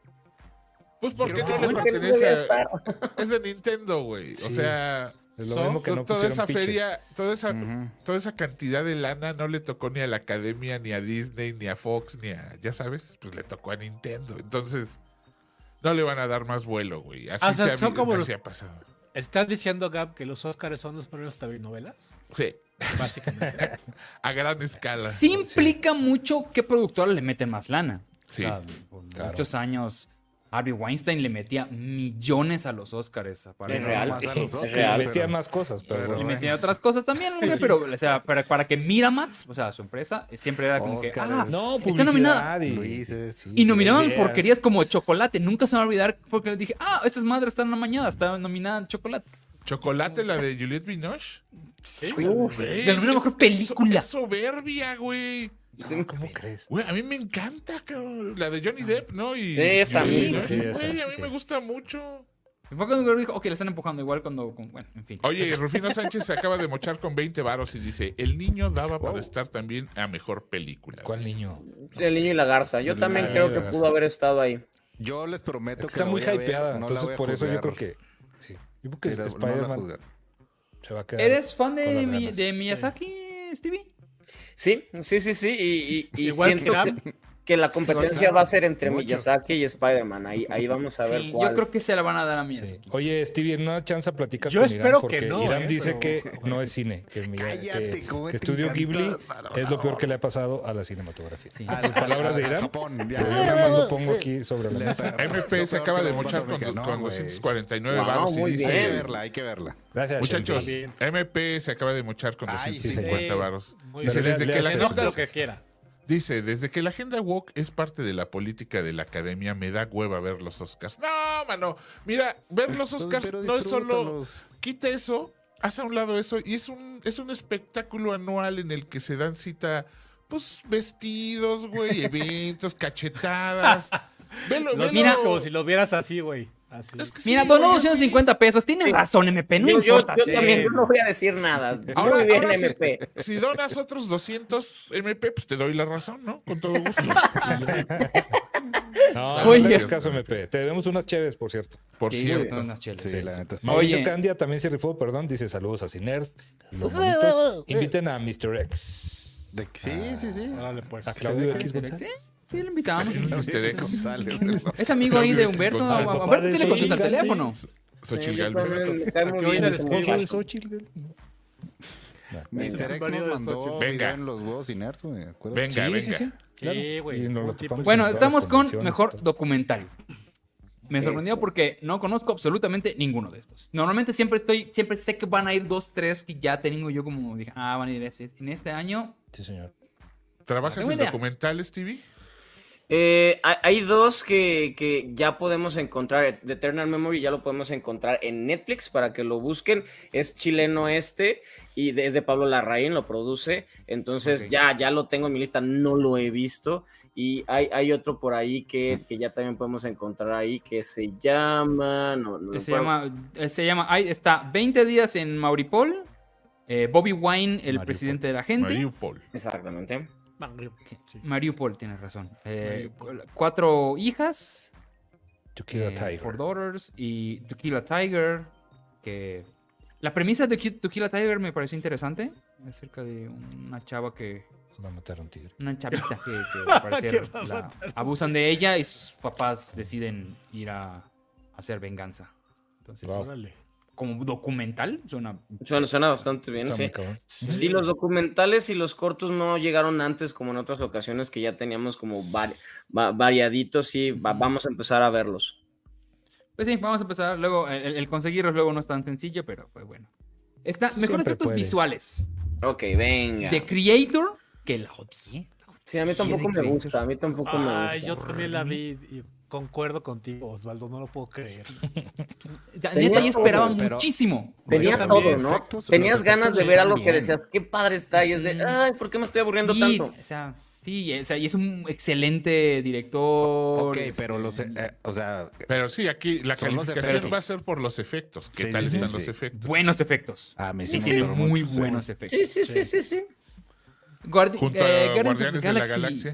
Pues porque Pero no le bueno, pertenece a... Es de Nintendo, güey. O Sí. sea... Es lo mismo que no toda pusieron esa pitches. feria, toda esa cantidad de lana no le tocó ni a la academia, ni a Disney, ni a Fox, ni a, ya sabes, pues le tocó a Nintendo. Entonces, no le van a dar más vuelo, güey. Así, O sea, son como así los- ha pasado. ¿Estás diciendo, Gab, que los Oscars son los primeros telenovelas? Sí, Básicamente. a gran escala. Sí implica mucho qué productora le meten más lana. Sí. O sea, por Claro. muchos años, Harvey Weinstein le metía millones a los Oscars. Es real, más a los es Oscars, real. Metía más cosas, pero Y bueno. metía otras cosas también, hombre, pero o sea, para que Miramax, o sea, su empresa, siempre era como que, Óscares. No, está nominada. publicidad y... Luises. sí, Y nominaban ideas. porquerías como Chocolate. Nunca se me va a olvidar porque les dije, estas madres están nominadas, está nominada en Chocolate. Chocolate, la de Juliette Binoche. Güey, De la mejor es película. soberbia, güey. ¿Cómo crees? Güey, a mí me encanta, cabrón. La de Johnny Depp, ¿no? Y, Sí, esa Juliette misma. Binoche. Sí, esa, Güey, a mí sí. me gusta mucho. Y fue cuando dijo, ok, le están empujando igual bueno, en fin. Oye, Rufino Sánchez se acaba de mochar con 20 varos y dice, el niño daba para estar también a mejor película. ¿Cuál niño? El niño y la garza. Yo también niño creo y la que garza. pudo haber estado ahí. Yo les prometo que Está la muy voy a ver, hypeada, no la entonces voy a por eso yo juzgar. creo que... Sí. Yo creo que Sí, no la Spider-Man juzgar. se va a quedar... ¿Eres fan con las de, ganas. de Miyazaki, Stevie? Sí. Y Igual siento que que la competencia Igual, va a ser entre mucho. Miyazaki y Spider-Man. Ahí vamos a ver Sí, cuál. yo creo que se la van a dar a Sí. Miyazaki. Oye, Stevie, en una chance platicas Yo con Irán espero porque que no, Irán dice pero- que no es cine, que, Cállate, cómo que te Estudio encanta. Ghibli es lo peor que le ha pasado a la cinematografía. Sí. Palabras de Irán. Japón, ya. Pero yo nada más lo pongo aquí sobre la mesa. MP se acaba de mochar con, No, con güey. 249 Wow, varos y muy dice... Hay que bien. verla, hay que verla. Gracias, Muchachos, Shanti. MP se acaba de mochar con Ay, 250 sí. varos. Muy Dice, bien. desde Le que la haces Enoja lo agenda, que quiera. dice, desde que la agenda woke es parte de la política de la academia, me da hueva ver los Oscars. No, mano. Mira, ver los Oscars Pero no es solo... disfrútalos. Quita eso, haz a un lado eso, y es un espectáculo anual en el que se dan cita, pues, vestidos, güey, eventos, cachetadas. Velo, Lo velo. miras como si lo vieras así, güey. Así. Es que Mira, sí, donó güey, 250 pesos. Tiene razón, MP, no Yo importa. también yo no voy a decir nada. Ahora, Muy bien, ahora MP. si donas otros 200 MP, pues te doy la razón, ¿no? Con todo gusto. No, Oye. no le hagas caso, MP. Te debemos unas chéves, por cierto. Por Sí, cierto. unas chelas. Sí, la neta sí. Mauricio Oye. Candia también se rifó, perdón. Dice saludos a Cinerd. Los bonitos. Inviten a Mr. X. Sí. Órale, pues. A Claudio X Sí, González. sí, lo invitábamos. Mr. X. González. Es amigo ahí de Humberto. González. Papá Humberto de tiene contacto al Xochitl teléfono. Xochitl Yo Gálvez. también me cae muy Aquí bien ahorita ese les Esposo de muchacho. Xochitl. Mr. X Varios nos mandó Xochitl. Venga. video en los huevos inertes, güey. acuérdate. Venga, venga. Sí, güey. Y nos lo Un tipo- topamos Bueno, en todas estamos las con convenciones, mejor todo. documental. Me sorprendió porque no conozco absolutamente ninguno de estos. Normalmente siempre sé que van a ir 2, 3 que ya tengo yo como dije, van a ir en este año. Sí, señor. ¿Trabajas Tengo en idea. documentales, TV? Hay dos que ya podemos encontrar. The Eternal Memory ya lo podemos encontrar en Netflix para que lo busquen. Es chileno y desde Pablo Larraín lo produce. Entonces ya lo tengo en mi lista, no lo he visto. Y hay otro por ahí que ya también podemos encontrar ahí que se llama... ahí está, 20 días en Mauripol. Bobby Wine, el Mariupol. presidente de la gente. Mariupol. Exactamente. Mariupol, tienes razón. 4 hijas. To Kill a Tiger. 4 Daughters y To Kill a Tiger. Que la premisa de To Kill a Tiger me pareció interesante. Acerca de una chava que... Va a matar a un tigre. Una chavita que al parecer abusan de ella y sus papás deciden ir a hacer venganza. Entonces, como documental, suena bastante bien, Está sí. muy cabrón. Sí, los documentales y los cortos no llegaron antes como en otras ocasiones que ya teníamos como variaditos, sí, vamos a empezar a verlos. Pues sí, vamos a empezar. Luego, el conseguirlos luego no es tan sencillo, pero pues bueno. Mejores siempre efectos puedes. visuales. Ok, venga. The Creator, que la odié. Sí, a mí tampoco me gusta, Yo también la vi y concuerdo contigo, Osvaldo, no lo puedo creer. Neta, yo esperaba todo, muchísimo. Tenía Yo todo, también, ¿no? efectos, Tenías los ganas de efectos ver están algo que bien. decías, qué padre está, y es de, ay, ¿por qué me estoy aburriendo Sí, tanto? o sea, sí, y es un excelente director. Ok, pero o sea, Pero sí, aquí la Son los calificación efectos. va a ser por los efectos. ¿Qué Sí, tal sí, están sí, los sí. efectos? Buenos efectos. me Sí, sí, tiene me muy mucho, buenos efectos. Sí. Junto a Guardianes de la Galaxia.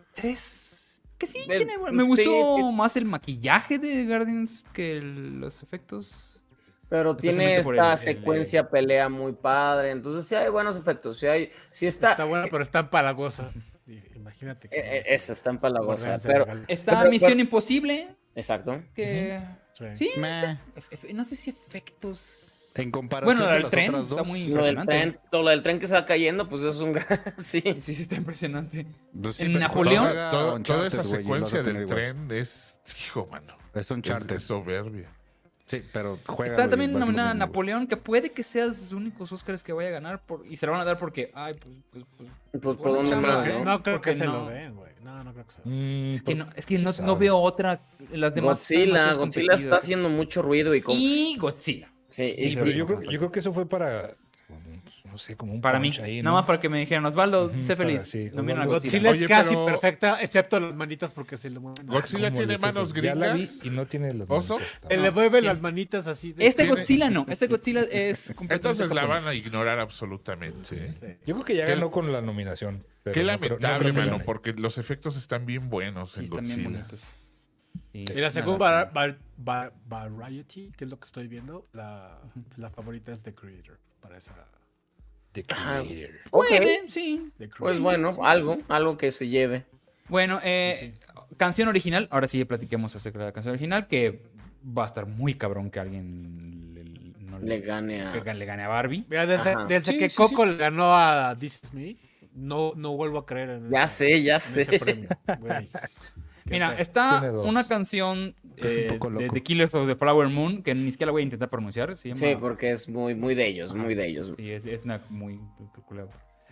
3. Que sí, El- me gustó sí. más el maquillaje de Guardians que los efectos. Pero tiene Especialmente por esta el- secuencia pelea muy padre, entonces sí hay buenos efectos, sí está Está bueno, pero está empalagosa. Imagínate. esa está empalagosa, Guardianes de la pero Galaxia. Está Pero- Misión Imposible, exacto. que... Sí. Sí, Meh. no sé si efectos... En comparación Bueno, de el las tren otras está dos, muy Lo del impresionante. tren que se va cayendo, pues es un gran sí. Sí, está impresionante. pues sí, en pero Napoleón- juega Toda Uncharted, esa güey, y lo secuencia vas a del tener igual. tren es, hijo, mano. Es Uncharted. Es soberbia. Sí, pero juega. Está también nominada Napoleón, que puede que sea sus únicos Oscars que vaya a ganar y se lo van a dar porque, ay, pues Pues por buena dónde chamba, más, ¿eh? ¿no? No creo Porque que se no. lo den, güey. No creo que se lo den. Es que no sabe. veo otra. Las demás. Godzilla están más está competidas. haciendo mucho ruido Y Godzilla. sí, Sí, y- pero yo creo que eso fue para, no sé, como un Para mí. punch ahí, Nada ¿no? más para que me dijeran, Osvaldo, sé para- feliz. sí, Nominen a Osvaldo. Godzilla. Godzilla Oye, es casi pero- perfecta, excepto las manitas porque se le mueven. Godzilla ¿Cómo tiene les haces? manos Ya la vi gringas. y no tiene los ¿Oso? manitas, Se le mueven las manitas así. De... Este tiene- Godzilla no. Este Godzilla es completamente Entonces la van a japonés. ignorar absolutamente. ¿eh? Sí. Yo creo que ya Qué- ganó con la nominación. pero Qué no creo- no lamentable, creo que mano, gane. porque los efectos están bien buenos Sí, en están bien Godzilla. bonitos. Sí, Mira, según una lástima. Variety, que es lo que estoy viendo, la favorita es The Creator. Para esa. The Creator. ok, Puede, sí. The Creator. pues bueno, algo que se lleve. Bueno, canción original. Ahora sí platiquemos acerca de la canción original, que va a estar muy cabrón que alguien no Le gane a que le gane a Barbie. Mira, desde Ajá. que Sí, sí, Coco le ganó a This Is Me, no vuelvo a creer en Ya ese- sé, ya en sé. ese premio, güey. Mira, Qué está Tiene dos. una canción Es un poco de loco. The Killers of the Flower Moon, que ni siquiera la voy a intentar pronunciar. Se llama... Sí, porque es muy de ellos, muy de ellos. Sí, es una muy peculiar.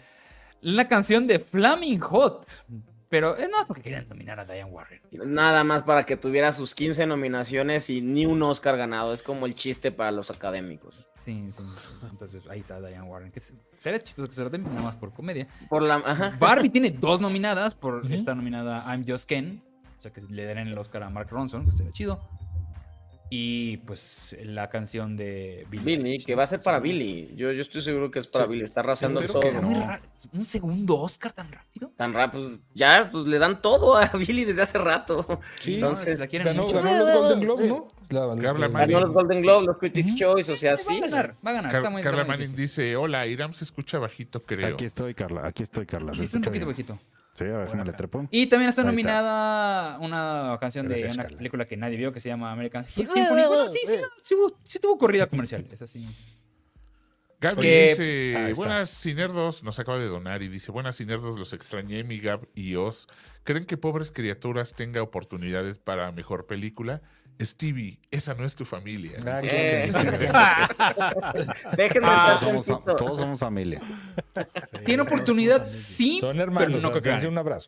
La canción de Flaming Hot. Pero es nada porque querían nominar a Diane Warren. Nada más para que tuviera sus 15 nominaciones y ni un Oscar ganado. Es como el chiste para los académicos. Sí. Entonces ahí está Diane Warren. Que sería chistoso que se lo den nada más por comedia. Por la, ajá. Barbie tiene 2 nominadas. Está nominada I'm Just Ken. O sea que le darán el Oscar a Mark Ronson, que sería chido. Y pues la canción de Billy, que va a ser para Billy. Yo estoy seguro que es para Sí. Billy. Está arrasando Espero todo. que sea muy raro. ¿Un segundo Oscar tan rápido? Tan rápido, pues, ya pues le dan todo a Billy desde hace rato. Sí, Entonces, la quieren ganó, mucho. ganó los Golden Globe, ¿no? Carla que- Manning. ganó los Golden Globe, los Critics' Choice, o sea, sí. Va a ganar. Está muy Carla muy Manning difícil. dice, hola, Iram se escucha bajito, creo. Aquí estoy, Carla. Sí, ¿Se está un escucha poquito bien? bajito. Sí, a ver, déjame le trepo. Y también está Ahí está. nominada una canción de una Refrescala. película que nadie vio que se llama American Symphony. Bueno, sí tuvo corrida comercial. Es así. Gaby Que- dice, Ahí está. buenas cinerdos, nos acaba de donar y dice, buenas cinerdos, los extrañé, mi Gab y Oz. ¿Creen que Pobres Criaturas tenga oportunidades para mejor película? Stevie, esa no es tu familia. Ah, Eh. claro. Déjenme Ah, estar Todos somos familia. Tiene oportunidad, sí, Son pero hermanos, no creo que dense gane. un abrazo.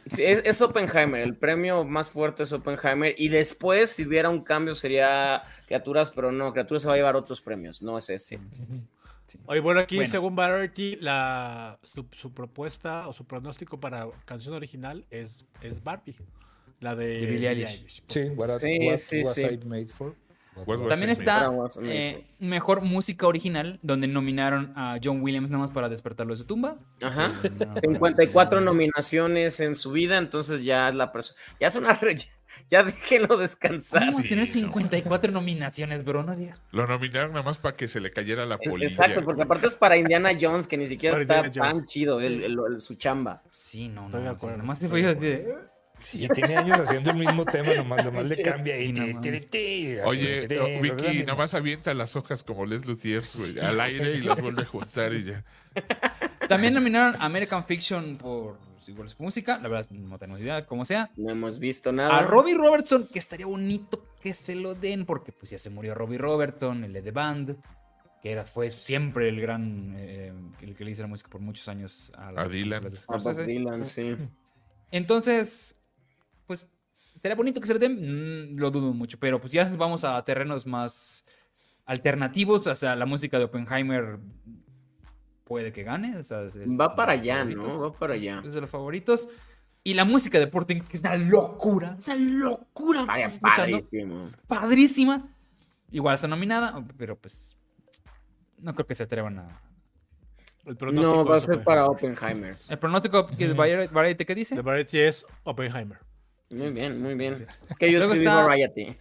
Sí, es Oppenheimer, el premio más fuerte es Oppenheimer, y después, si hubiera un cambio, sería Criaturas, pero no, Criaturas se va a llevar otros premios, no es este. Sí. Oye, bueno, aquí Bueno. según Variety, su propuesta o su pronóstico para canción original es Barbie, la de De Billie Eilish. Sí, what Sí, sí, was sí. I made for? What was También I está made mejor música original, donde nominaron a John Williams nada más para despertarlo de su tumba. Ajá. 54 nominaciones en su vida, entonces ya es la persona. Ya es una. Ya déjenlo descansar. Vamos a tener Sí, no. 54 nominaciones, bro, no digas. Lo nominaron nada más para que se le cayera la polilla. Exacto, porque aparte es para Indiana Jones, que ni siquiera Para está Indiana tan Jones. chido su chamba. Sí, no, Estoy de no. acuerdo. Nomás te voy a decir. Sí, tiene años haciendo el mismo tema, nomás le cambia Sí, y no mames. Oye, Vicky, nomás avienta las hojas como Les Luthiers, güey, al aire y las vuelve a juntar y ya. También nominaron a American Fiction por igual su música. La verdad, no tengo idea cómo sea. No hemos visto nada. A Robbie Robertson, que estaría bonito que se lo den, porque pues ya se murió Robbie Robertson, el de The Band, que fue siempre el gran, el que le hizo la música por muchos años A Dylan. las de A Bob Scorsese. Dylan, sí. Entonces, pues, estaría bonito que se lo den, lo dudo mucho, pero pues ya vamos a terrenos más alternativos, o sea, la música de Oppenheimer puede que gane, o sea, Va para de los allá, favoritos. ¿no? Va para allá. Es de los favoritos. Y la música de Poor Things, que es una locura, Vaya, ¿estás escuchando? padrísimo. Padrísima. Igual está nominada, pero pues no creo que se atrevan a... El pronóstico No, va a es ser para Oppenheimer. El pronóstico de Variety, ¿qué dice? De Variety es Oppenheimer. Muy bien, muy bien. Es que yo Luego escribí está- Variety.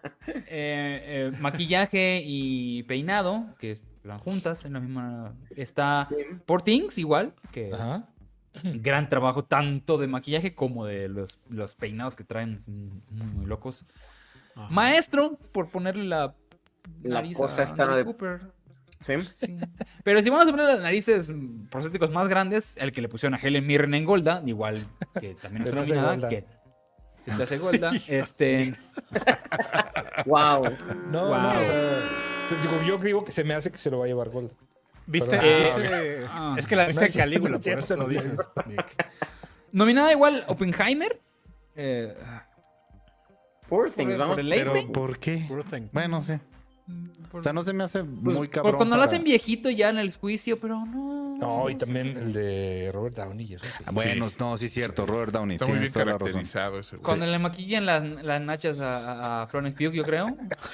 Maquillaje y peinado, que van juntas en la misma... Está Sí. Poor Things, igual, que Ajá. gran trabajo tanto de maquillaje como de los peinados que traen muy, muy locos. Ajá. Maestro, por ponerle la La nariz cosa a esta Anthony de- Cooper. Sí. Sí. Pero si vamos a poner las narices prostéticos más grandes, el que le pusieron a Helen Mirren en Golda, igual que también Se está me hace nominada, Golda. que se te hace Golda. Wow. No, Wow. no, o sea, yo digo que se me hace que se lo va a llevar Gold. ¿Viste? Pero- Es que la viste no en es Calígula, cierto, por eso no lo es dices. cierto. Nick. Nominada igual Oppenheimer. Poor Things, por vamos. el Pero, Einstein. ¿por qué? Poor thing. Bueno, sí. O sea, no se me hace muy Por cabrón. cuando lo para- hacen viejito ya en el juicio, pero no. No, y también el de Robert Downey y eso sí. Bueno, no, sí es cierto, Robert Downey. Está muy bien tienes toda la razón. caracterizado ese güey. Cuando le maquillan las nachas a Florence Pugh, yo creo.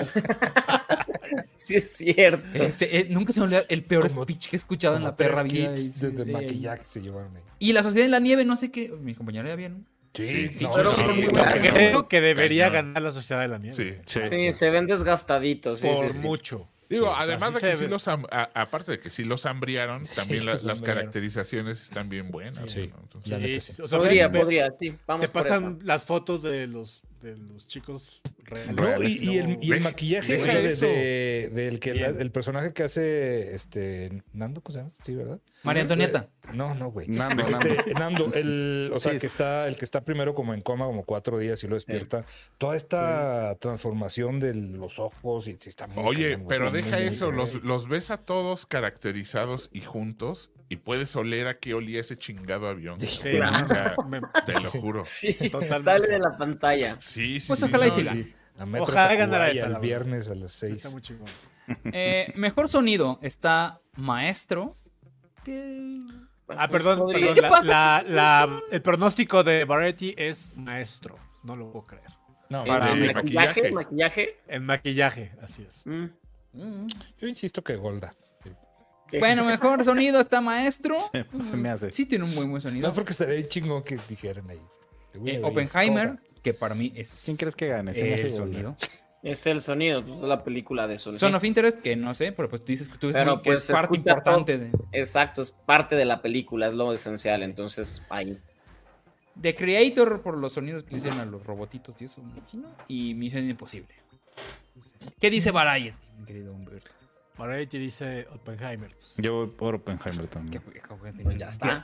Sí, es cierto. Nunca se me olvida el peor Como- speech que he escuchado en Como la perra tres vida. kits de maquillaje se llevaron ahí. Y la Sociedad de la Nieve, no sé qué. Mi compañero ya vieron. Sí, sí, no, pero- sí, sí, no, pero- Creo que debería Cañón. ganar la Sociedad de la Nieve. Sí. Sí, se ven desgastaditos. Sí, Por sí, sí. mucho. Digo, Sí, o sea, además sí de que se sí ve. los aparte de que sí los hambriaron, también los las hambriaron. caracterizaciones están bien buenas. Sí. ¿no? Entonces, La neta, sí. O sea, Podría, ves- podría, sí. Vamos Te por pasan eso. las fotos de los chicos reales. No, y el Deja- maquillaje, o deja sea, eso. del que el personaje que hace Nando, ¿cómo se llama? Sí, ¿verdad? María Antonieta. No, güey. Nando, Nando, o sea, Sí. el que está primero como en coma como 4 días y lo despierta. Toda esta transformación de los ojos y sí está muy Oye, cañón, güey, pero está deja muy eso, cañón. los ves a todos caracterizados y juntos y puedes oler a qué olía ese chingado avión. Sí, Sí, O sea, me- te lo juro. Sí, Totalmente. sale de la pantalla. Sí, sí, Pues sí. ojalá y no, siga. sí. A Metro Ojalá Tacubaya ganara esa, la el verdad. viernes a las 6. Está muy chingón. Mejor sonido está Maestro. Que... Perdón. Podría- ¿Qué pasa? El pronóstico de Variety es maestro. No lo puedo creer. No, Para ¿En de maquillaje? maquillaje. ¿Maquillaje? En maquillaje, así es. yo insisto que Golda. Bueno, mejor sonido está Maestro. Se me hace. Sí tiene un muy buen No, sonido. porque estaría chingón que dijeran ahí. Oppenheimer, que para mí es ¿Quién crees que gane? Se me hace el Golda. sonido. Es el sonido, pues, es la película de sonido. Son of Interest, que no sé, pero pues tú dices que tú Pero, que pues, es se parte escucha importante de... Exacto, es parte de la película, es lo esencial, entonces ahí. The Creator, por los sonidos que le hicieron a los robotitos y eso, me imagino. Y Misión Imposible. ¿Qué dice Variety, mi querido Humberto? Variety dice Oppenheimer. Pues, Yo voy por Oppenheimer también. Pues ya está.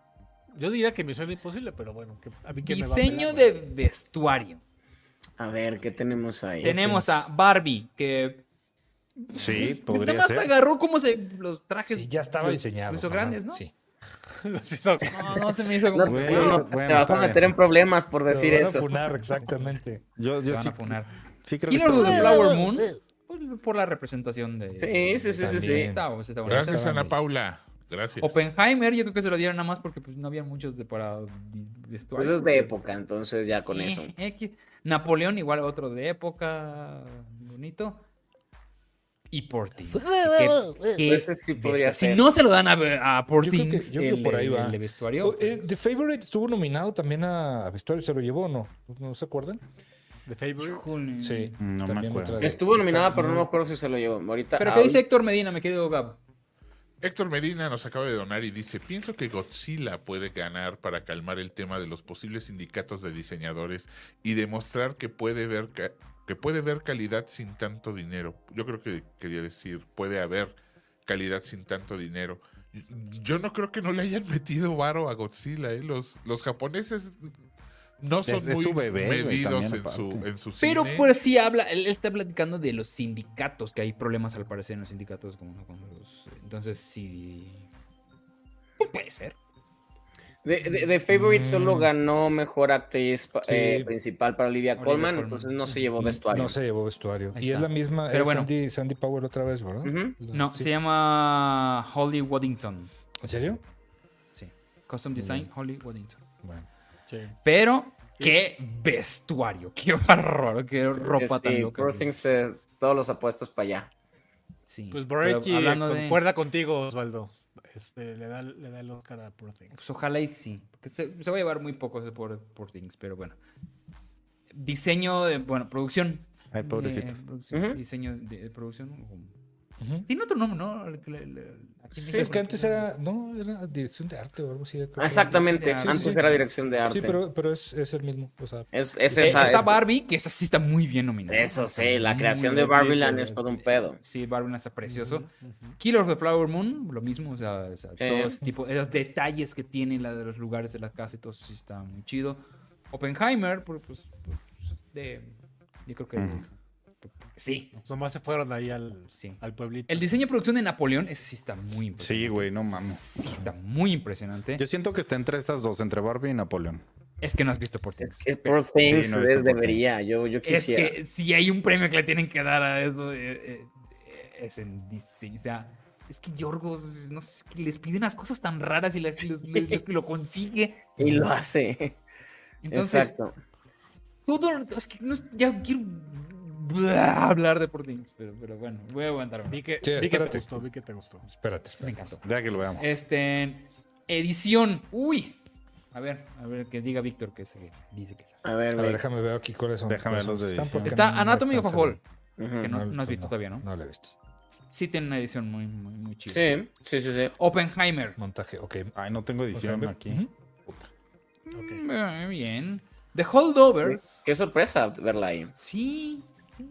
yo diría que Misión Imposible, pero bueno, a mí que me va a Diseño pelar, de vestuario. A ver, ¿qué tenemos ahí? Tenemos a Barbie, que Sí, nada podría más ser. agarró como los trajes. Sí, ya estaba los- diseñado. los hizo nomás, grandes, ¿no? Sí. No se me hizo como... No, te vas a meter en problemas por decir Te van a eso. funar, exactamente. Yo Te van sí, a funar. sí creo que Killers of está the bien. Flower Moon, pues, por la representación de... Sí. Está bonito. Gracias, Ana Paula. Gracias. Oppenheimer, yo creo que se lo dieron nada más porque pues, no había muchos para vestuario. Pues es de época, entonces ya con eso. Napoleón, igual otro de época, bonito. Y Portings. Ese sí podría Si ser. no se lo dan a Portings, yo creo que por ahí va. el de vestuario. The Favorite estuvo nominado también a vestuario, ¿se lo llevó o no? ¿No se acuerdan? The Favorite. Híjole. Sí, No me también acuerdo. otra de- Estuvo está nominada, pero no muy- me acuerdo si se lo llevó. Ahorita, Pero ¿qué dice Héctor Medina, mi querido Gab? Héctor Medina nos acaba de donar y dice, pienso que Godzilla puede ganar para calmar el tema de los posibles sindicatos de diseñadores y demostrar que puede ver calidad sin tanto dinero. Yo creo que quería decir, puede haber calidad sin tanto dinero. Yo no creo que no le hayan metido varo a Godzilla. Los japoneses no son Es muy su bebé, güey, medidos también, en su Pero cine. pues sí habla, él está platicando de los sindicatos, que hay problemas al parecer en los sindicatos con los... Entonces sí... Pues puede ser. The Favorite solo ganó mejor actriz Sí. principal para Olivia Olivia Colman, Colman. entonces no se llevó vestuario. No se llevó vestuario. Ahí Y es está. la misma, Pero es bueno. Sandy Powell otra vez, ¿verdad? Ujú. No, se llama Holly Waddington. ¿En serio? Sí. Custom Design, Holly Waddington. Bueno. Sí. Pero, qué vestuario, qué bárbaro, qué ropa tan Sí, loca. Poor Things, todos los apuestos para allá. Sí. Pues Pero Variety hablando de... concuerda contigo, Osvaldo. Le da el Oscar a Poor Things. Pues ojalá y sí. Porque se va a llevar muy poco por Things, pero bueno. Diseño de, producción. Ay, pobrecito. Producción, Ujú. Diseño de producción. Ujú. Tiene otro nombre, ¿no? Sí, Es que antes era dirección de arte o algo así. creo que Exactamente, Sí, sí, antes sí. era dirección de arte. Sí, pero es el mismo. O sea, Es esa. Está Barbie, que esa sí está muy bien nominada. Eso sí, la Muy creación de bien, Barbie sí, Land sí, es todo un pedo. Sí, Barbie Land está precioso. Killer of the Flower Moon, lo mismo. O sea todo ese tipo, esos detalles que tiene la de los lugares de la casa y todo eso sí está muy chido. Oppenheimer, yo creo que sí. Nomás se fueron ahí Sí. al pueblito. El diseño de producción de Napoleón, ese sí está muy impresionante. Sí, güey, no mames. Sí, está muy impresionante. Yo siento que está entre estas dos, entre Barbie y Napoleón. Es que no has visto por ti. Es que Poor Things Sí, no he visto debería, yo Es quisiera. que si hay un premio que le tienen que dar a eso, es en diseño. O sea, es que Yorgos, no sé, que les pide unas cosas tan raras y lo consigue. Y lo hace. Entonces, Exacto. todo, es que ya quiero hablar de por Things, pero bueno, voy a aguantar. Vi que Sí, te espérate. gustó, vi que te gustó. espérate. Me encantó. Ya que lo veamos. Edición. Uy. A ver, que diga Víctor que se dice que sabe. A ver, A ver, déjame ver aquí cuáles son. Déjame cuáles ver los de están, edición. porque Está no Anatomy of están a Fall, ujú. que no has pues visto todavía, ¿no? No lo he visto. Sí tiene una edición muy, muy, muy chida. Sí. Oppenheimer. Montaje, ok. Ay, no tengo edición aquí. Ujú. Bien. The Holdovers. Qué sorpresa verla ahí. Sí.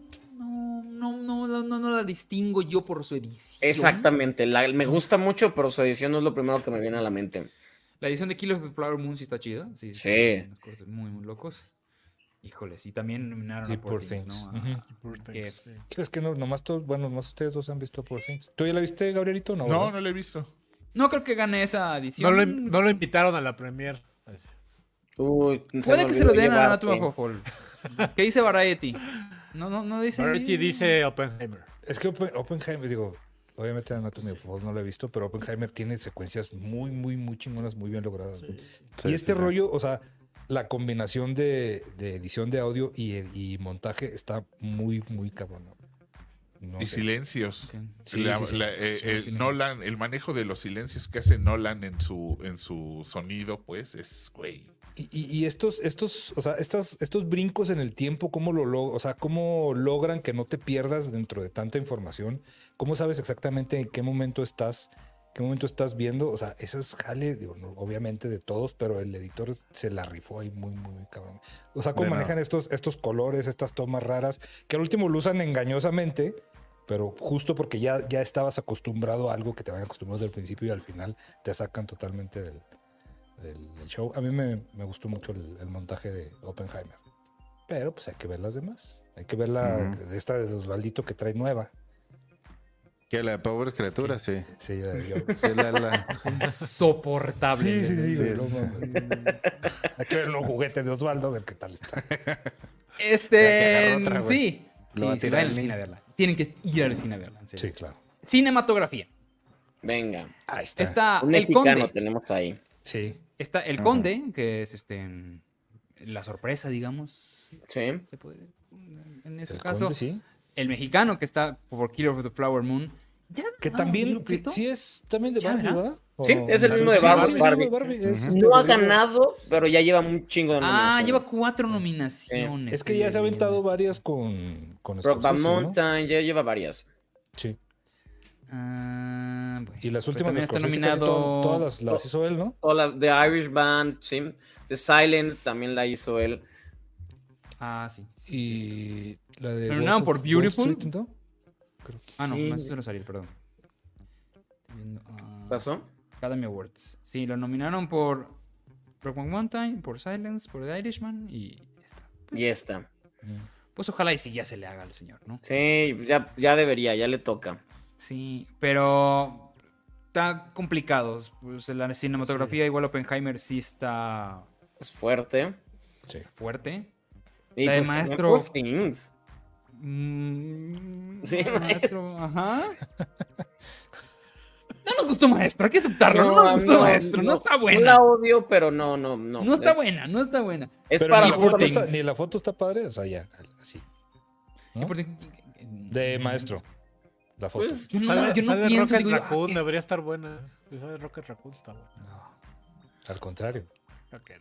No la distingo yo por su edición. Exactamente, me gusta mucho, pero su edición no es lo primero que me viene a la mente. La edición de Killers of the Flower Moon sí está chida. Sí. Sí. Unos cortes muy, muy locos. Híjole, sí, también nominaron Y a Poor Things, Things, ¿no? ujú. Poor que- Things, sí. Es que nomás todos, bueno, más ustedes dos han visto Poor Things. ¿Tú ya la viste, Gabrielito? No, No, ¿verdad? no lo he visto. No creo que gane esa edición. No lo invitaron a la premier. Uy, Puede que se lo den a llevarte. Anatomy of a Fall. ¿Qué dice Variety? No dice. Variety dice Oppenheimer. Es que Oppenheimer, digo, obviamente Anatomy of a Fall no lo he visto, pero Oppenheimer tiene secuencias muy, muy, muy chingonas, muy bien logradas. güey. Sí, Y este sí, sí. rollo, o sea, la combinación de edición de audio y montaje está muy, muy cabrón. No Y sé. silencios. Ok. Sí, sí, sí. silencios. Nolan, el manejo de los silencios que hace Nolan en su sonido, pues, es güey. Y estos, o sea, estos brincos en el tiempo, o sea, cómo logran que no te pierdas dentro de tanta información, cómo sabes exactamente en qué momento estás viendo, o sea, eso es jale, digo, obviamente de todos, pero el editor se la rifó ahí muy, muy cabrón. O sea, cómo De manejan estos colores, estas tomas raras, que al último lo usan engañosamente, pero justo porque ya estabas acostumbrado a algo que te van acostumbrado desde el principio y al final te sacan totalmente del show. A mí me gustó mucho el montaje de Oppenheimer. Pero pues hay que ver las demás. Hay que ver esta de Osvaldito que trae nueva. ¿Qué, la de Pobres Criaturas? Sí. Sí, la de yo. Sí, la- Insoportable. Sí, güey, no mames. Hay que ver los juguetes de Osvaldo, a ver qué tal está. agarra otra, güey. Sí. Lo va a Sí, tirar vayan al el cine a verla. Tienen que ir al cine a verla, en serio. Sí, claro. Cinematografía. Venga. Ahí está. Está Un El mexicano Conde. tenemos ahí. Sí. Está El Conde, que es la sorpresa, digamos. Sí. Se podría, en este El caso. Conde, sí. El mexicano, que está por Killer of the Flower Moon. Ya, Que también, ¿lo quito? sí es también de Ya, Barbie, ¿verdad? ¿verdad? Sí, es el mismo de Sí, Barbie. sí, sí, Barbie. de Barbie. Es, No ha Rodrigo. ganado, pero ya lleva un chingo de nominaciones. Lleva 4 nominaciones. Es que ya se ha aventado varias con Brokeback Scorsese, ¿no? Mountain, ya lleva varias. Sí. Bueno. Y las Pues últimas de también está Scorsese casi nominado. todas las hizo él, ¿no? O las de Irish Band, sí. The Silent también la hizo él. Sí. Y la de Nominaron por Wall Beautiful. Street, ¿no? No, Sí. eso no salió, perdón. Estoy viendo, ¿Pasó? Academy Awards. Sí, lo nominaron por Brokeback Mountain, por Silence, por The Irishman y esta. Y esta. Pues ojalá y sí ya se le haga al señor, ¿no? Sí, ya debería, ya le toca. Sí, pero está complicado. Pues la cinematografía, igual Oppenheimer sí está Es fuerte. Sí. fuerte. Y La de pues también maestro- Poor Things. Mm, Sí, maestro, ajá. No nos gustó maestro, hay que aceptarlo. No, nos gustó no, maestro, no está No buena. la odio, pero no. No está buena, no está buena. Es Pero para ni la, foto Poor está, Things. ni la foto está padre, o sea, ya, así. ¿no? De maestro. La foto. Pues, Yo no, Sale, yo no sale pienso, Rocket digo yo, Raccoon, debería estar buena. Esa de Rocket Raccoon está buena. No, al contrario. Ok.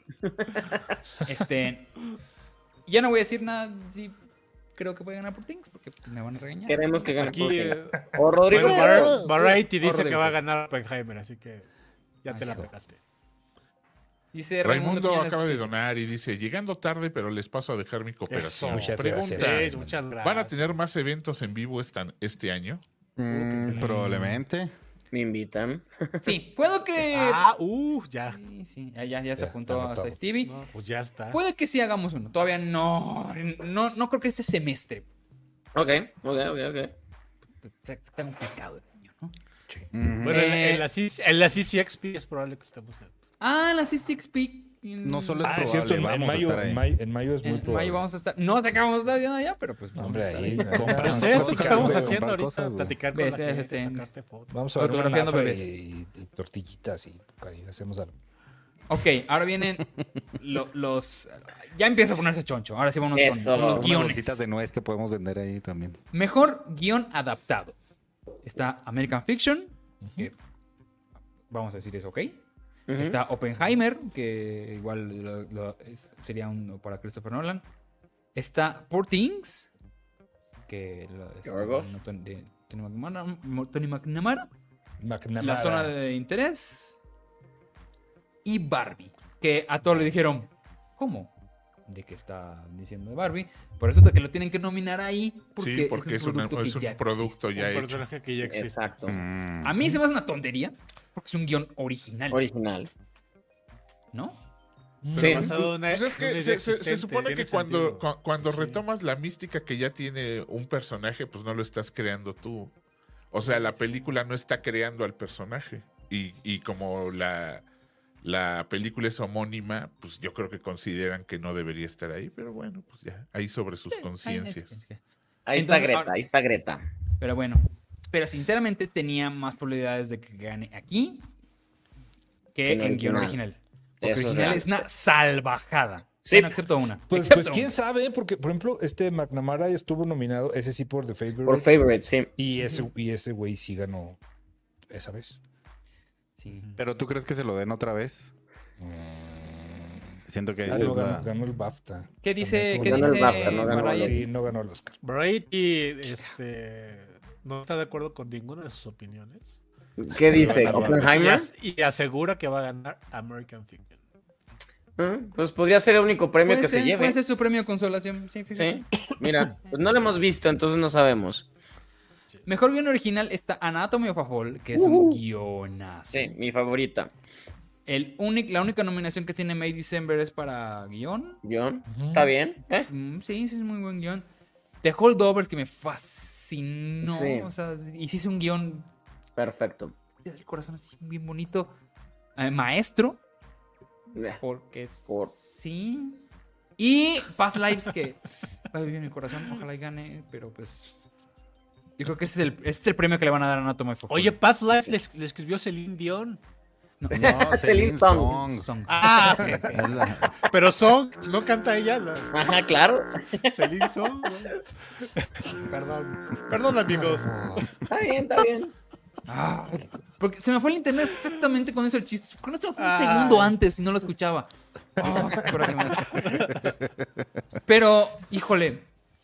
ya no voy a decir nada si creo que puede ganar por Things, porque me van a regañar. Queremos que gane Aquí, Poor Things. O Rodrigo. bueno, Variety dice Rodrigo. que va a ganar Oppenheimer, así que ya te la Eso. pegaste. Dice Raimundo Quiñones, acaba de dice, donar y dice, llegando tarde, pero les paso a dejar mi cooperación. Muchas Pregunta, gracias. Sí, muchas gracias. ¿van a tener más eventos en vivo este año? Probablemente. Me invitan. Sí, puedo que... Ya. Sí, ya se Ya, apuntó anotado. hasta Stevie. No, pues ya está. Puede que sí hagamos uno. Todavía no creo que este semestre. Ok. Está complicado el año, ¿no? Bueno, en la CCXP es probable que estemos en. La C6P. No solo es Es probable, cierto, en vamos a mayo, estar ahí. en mayo es muy En probable. mayo vamos a estar. No sé qué vamos a estar haciendo allá, pero pues vamos Hombre, a estar ahí. Comprando Pues eso cosas, que estamos güey, haciendo comprar ahorita, cosas, güey. platicar con la Ves, gente, este, sacarte fotos. Vamos a ver una Fotografiando nafra bebés. y tortillitas y ahí hacemos algo. Ok, ahora vienen los. Ya empieza a ponerse choncho. Ahora sí vamos Eso. con los Unas guiones. bolsitas de nuez que podemos vender ahí también. Mejor guión adaptado. Está American Fiction, que vamos a decir es ok. Está Oppenheimer, que igual sería uno para Christopher Nolan. Está Poor Things, que es Yorgos. de Tony McNamara. La McNamara. zona de interés. Y Barbie, que a todos le dijeron, ¿cómo? ¿De qué está diciendo de Barbie? Por eso que lo tienen que nominar ahí, porque, Sí, porque es un producto que ya producto existe. ya Un hecho. personaje que ya existe. Exacto. A mí se me hace una tontería, porque es un guión original, Original. ¿no? Sí. Basado en una- Pues es en una que idea se existente, supone que tiene cuando, sentido. cuando Sí. retomas la mística que ya tiene un personaje, pues no lo estás creando tú. O sea, la película no está creando al personaje. Y como la película es homónima, pues yo creo que consideran que no debería estar ahí. Pero bueno, pues ya, ahí sobre sus conciencias. Ahí está Entonces, Greta, ahora- ahí está Greta. Pero bueno, pero sinceramente tenía más probabilidades de que gane aquí que en en guión original. original. Porque Eso es original real. es una salvajada. Sí. Bueno, excepto una. Pues Excepto quién una. sabe, porque por ejemplo, McNamara estuvo nominado, ese sí por The Favorite. Por favorite, sí. y ese güey sí ganó esa vez. Sí. ¿Pero tú crees que se lo den otra vez? Siento que ahí No, se va- ganó el BAFTA. ¿Qué dice? También ¿Qué estuvo Ganó el dice BAFTA, no ganó Mariah? el- Sí, no ganó el Oscar. Variety no está de acuerdo con ninguna de sus opiniones. ¿Qué dice? Y ¿Oppenheimer? y asegura que va a ganar American Fiction. Pues podría ser el único premio Puede que ser, se lleve. puede ser su premio de consolación. Sí, fíjate. Sí. Mira, pues no lo hemos visto, entonces no sabemos. Mejor guión original está Anatomy of a Fall, que es un guionazo. Sí, mi favorita. La única nominación que tiene May December es para guión. Guión. ¿Está bien? Sí, es muy buen guión. The Holdovers, que me fascinó. Sí. O sea, hiciste un guión Perfecto. del corazón así bien bonito. Maestro. Eh, Porque Por- sí. Y Past Lives, que va a vivir en mi corazón. Ojalá y gane, pero pues. Yo creo que ese es el premio que le van a dar a Anatomy of a Fall. Oye, Past Life le escribió Celine Dion. No, Celine Song. Song. Ah, sí. Pero Song, ¿no canta ella? Ajá, claro. Celine Song. Perdón, amigos. Está bien, está bien. Porque se me fue el internet exactamente con eso el chiste. Con eso fue un segundo antes y no lo escuchaba. Coraje me da. Pero, híjole.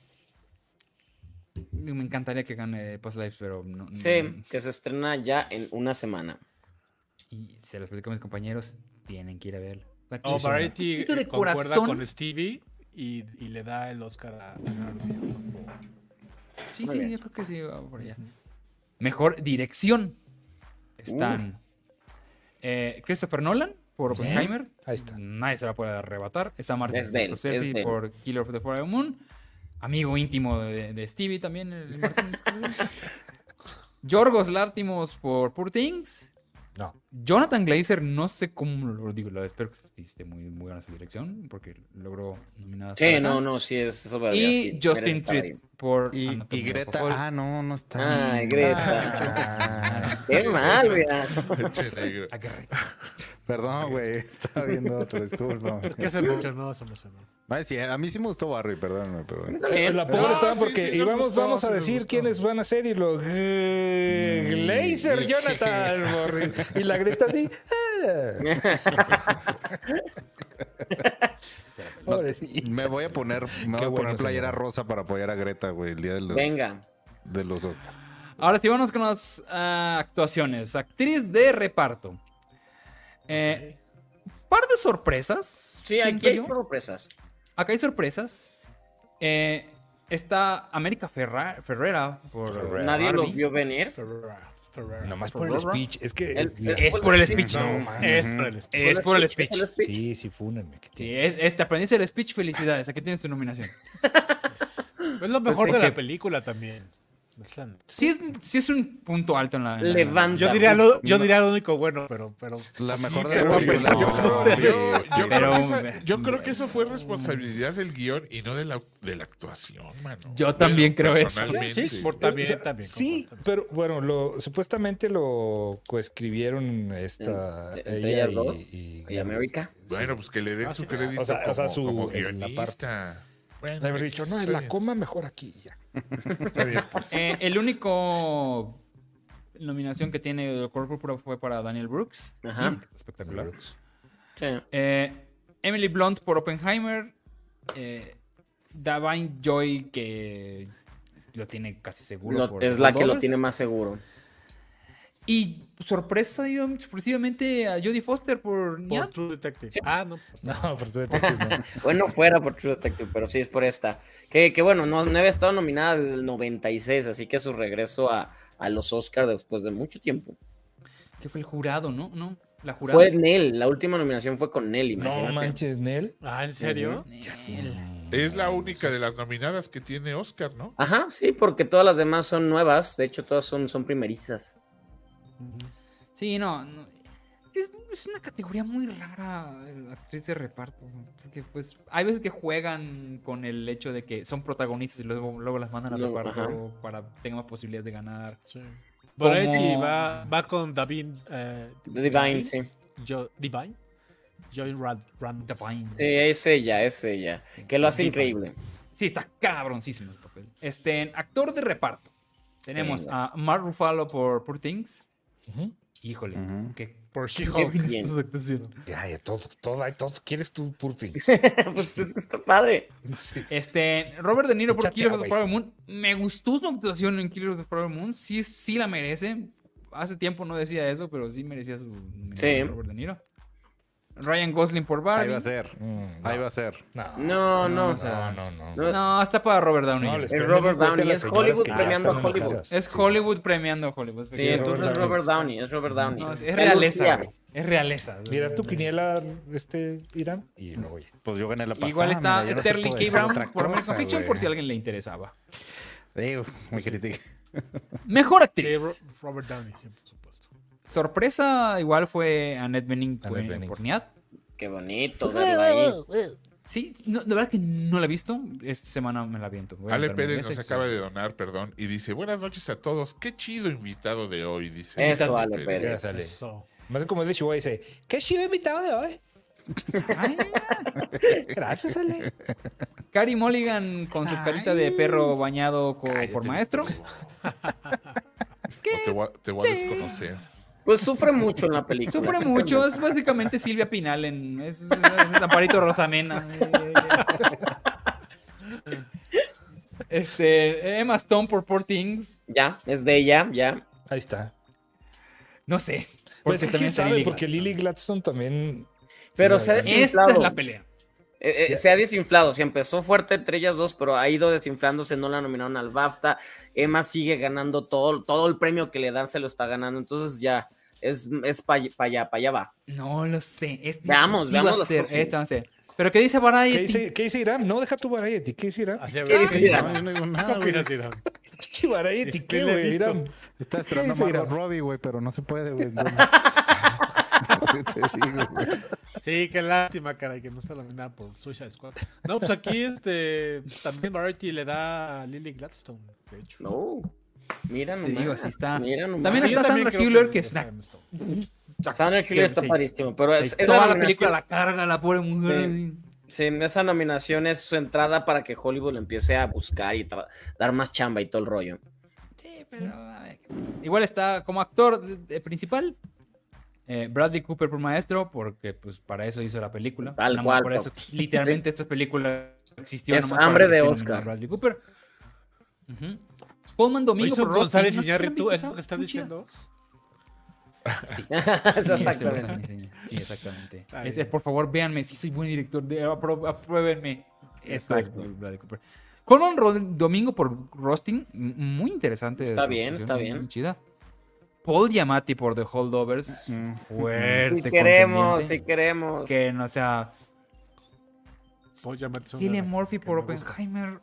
Me encantaría que gane Past Lives, pero no. Sí, que se estrena ya en una semana. Y se los platico a mis compañeros, tienen que ir a verlo. Oh, Variety Poquito de concuerda corazón. con Stevie y le da el Oscar a Sí, Muy sí, bien. yo creo que sí, va por allá. Mejor dirección. Están Christopher Nolan por Oppenheimer. Ahí está. Nadie se la puede arrebatar. Está Martin Es de él, Scorsese es de él. por Killer of the Flower Moon. Amigo íntimo de Stevie también. El Martin Scorsese. Yorgos Lanthimos por Poor Things. No. Jonathan Glazer, no sé cómo lo digo, espero que esté muy buena su dirección, porque logró nominadas. Sí, para- no, sí, eso va Y Justin Triet por Y Anatomy of a Greta, Fall. no está. Ay, Greta. Qué mal, mira. Che negro. Ah, qué rey. Perdón, güey. Estaba viendo otro, disculpa. Es que se emocionó. Ay, sí, a mí sí me gustó Barry, perdóname, pero. La pobre No, estaba sí, porque sí, nos íbamos, gustó, vamos a sí nos decir gustó. quiénes van a ser y lo Glazer, Jonathan, morri. Y la Greta así. Pobrecito. Me voy a poner, Qué bueno, playera señor. rosa para apoyar a Greta, güey, el día de los, Venga. de los Oscar. Ahora sí, vamos con las actuaciones. Actriz de reparto. Par de sorpresas. Sí, aquí siento hay yo. sorpresas. Acá hay sorpresas. Está América Ferrera por Ferrera. Nadie lo Barbie. vio venir. Nomás por el speech. Es que Es por el speech. No, Es man. por el Es por el speech. Sí, fúnenme. Sí, te aprendiste el speech. Felicidades. Aquí tienes tu nominación. Es lo mejor Pues, de la que- película también. Sí es un punto alto en la... Levanta. Yo diría lo único bueno, pero La mejor Sí, de la pero película. yo creo que eso fue responsabilidad del guión y no de la actuación, mano. Yo también creo eso. Personalmente. sí, también. Sí, pero bueno, supuestamente lo coescribieron Entre ella ellas dos. y ¿Y América? Bueno, pues que le den su crédito o sea, como en la guionista. Bueno, Le haber dicho, no, está la bien. coma mejor aquí. Ya. El único nominación que tiene el Color Púrpura fue para Daniel Brooks. Ajá. Espectacular. Sí. Emily Blunt por Oppenheimer. Davine Joy, que lo tiene casi seguro. por Es la que lo Holdovers. tiene más seguro. Y sorpresivamente a Jodie Foster por Por Nyad. True Detective. No. No, por suerte no. Bueno, fuera por True Detective, pero sí es por esta. Que bueno, no había estado nominada desde el 96, así que su regreso a los Oscars después de mucho tiempo. Que fue el jurado, ¿no? No, la jurada. Fue Nell, la última nominación fue con Nell, No imagínate. manches, Nel. ¿En serio? Es la única de las nominadas que tiene Oscar, ¿no? Ajá, sí, porque todas las demás son nuevas, de hecho todas son primerizas. Sí, no. Es una categoría muy rara la actriz de reparto. Porque pues hay veces que juegan con el hecho de que son protagonistas y luego las mandan a Luego, reparto para que tengan más posibilidades de ganar. Sí. Variety Como- va con Davin. Divine, sí. Divine. Joy Rand. Divine. Sí, es ella. Que lo hace increíble. Sí, está cabroncísimo el papel. Actor de reparto. Tenemos Venga. a Mark Ruffalo por Poor Things. Ujú. Híjole, Por qué She-Hulk. bien Bien. está su actuación. Ya, todo. ¿Quieres tu Purping? Pues está padre. Robert De Niro por Échate Killer of the agua, Flower Moon. Me gustó su actuación en Killer of the Flower Moon. Sí la merece. Hace tiempo no decía eso, pero sí merecía su nominación Sí. Robert De Niro. Ryan Gosling por Ahí Barbie. va a ser. Ahí va a ser. No. No, está para Robert Downey. No, Jr. les Es ponen Robert un corte a Downey, las es señoras Hollywood que ya premiando están a Hollywood. enojadas. Es Sí, Hollywood premiando a Hollywood. Sí, entonces es Robert Downey, No, es realeza, güey. Es realeza. Miras tu quiniela, Irán, y luego ya. Pues yo gané la pasada. Igual está mira, yo no te Sterling puedo K. decir Brown otra por American cosa, Fiction, güey. por si a alguien le interesaba. Digo, me critica. Mejor Sí, actriz. Robert Downey, sí, por supuesto. Sorpresa, igual fue Annette Bening Annette Bening. por Niad. Qué bonito verla ahí. Sí, no, de verdad que no la he visto. Esta semana me la viento. Voy a Ale aventarme Pérez esa nos y- acaba de donar, perdón, y dice, buenas noches a todos. Qué chido invitado de hoy, dice. Eso, Ale Pérez. Gracias, Ale. Eso. Más como de Chihuahua dice, qué chido invitado de hoy. Ay, Gracias, Ale. Carey Mulligan con su carita de perro bañado por maestro. O te voy a desconocer. Pues sufre mucho en la película. Sufre mucho, es básicamente Silvia Pinal es Amparito Rosamena. Emma Stone por Poor Things. Ya, es de ella, ya. Ahí está. No sé. Pues Porque quién también está sabe, Lily porque Lily Gladstone también... Pero se ha Gladstone. desinflado. Esta es la pelea. Se ha desinflado, se empezó fuerte entre ellas dos, pero ha ido desinflándose, no la nominaron al BAFTA. Emma sigue ganando todo el premio que le dan, se lo está ganando, entonces ya es para allá va. No lo sé. Veamos va a las ser, próximas. esta va a ser. ¿Pero qué dice Variety? ¿Qué dice Irán? No, deja tu Variety. ¿Qué dice Irán? Así ¿Qué dice Irán? No, yo no digo ¿Qué nada, güey. opinas, Irán? Pinche Variety, ¿qué, le he güey, visto. Irán? Estaba esperando a dice Margot Irán? Robbie, güey, pero no se puede, güey. entonces- Sí, te digo, güey. Sí, qué lástima, caray, que no está nominada por Suicide Squad. No, pues aquí también Variety le da a Lily Gladstone, de hecho. No, mira Te nomás. digo, así está. Mira nomás. También Yo está Sandra creo Hüller, le que es da una- Emma Stone. Sandra Hüller está Sí. padrísimo, pero esa Toda la nominación- película la carga la pobre mujer. Sí. Sí, esa nominación es su entrada para que Hollywood le empiece a buscar y dar más chamba y todo el rollo. Sí, pero a ver. Igual está como actor principal. Bradley Cooper por maestro, porque pues para eso hizo la película. Tal Nada más cual, por eso, literalmente esta película existió. Es nada más para hambre que de se Oscar. nominara a Bradley Cooper. Ujú. Coleman Domingo Oye, por Rusty. González No sé si Iñárritu, han ¿es visto lo que está esa diciendo? Exactamente. Sí, exactamente. Está bien. Por favor, véanme, si soy buen director, apruébenme. Esto es Exacto. Bradley Cooper. Coleman Domingo por Rusting, muy interesante. Está su bien, actuación, está bien. muy chida. Paul Giamatti por The Holdovers, fuerte. Si queremos, contendiente. si queremos. Que no sea. Paul Giamatti son Cillian de- Murphy que por me gusta. Oppenheimer.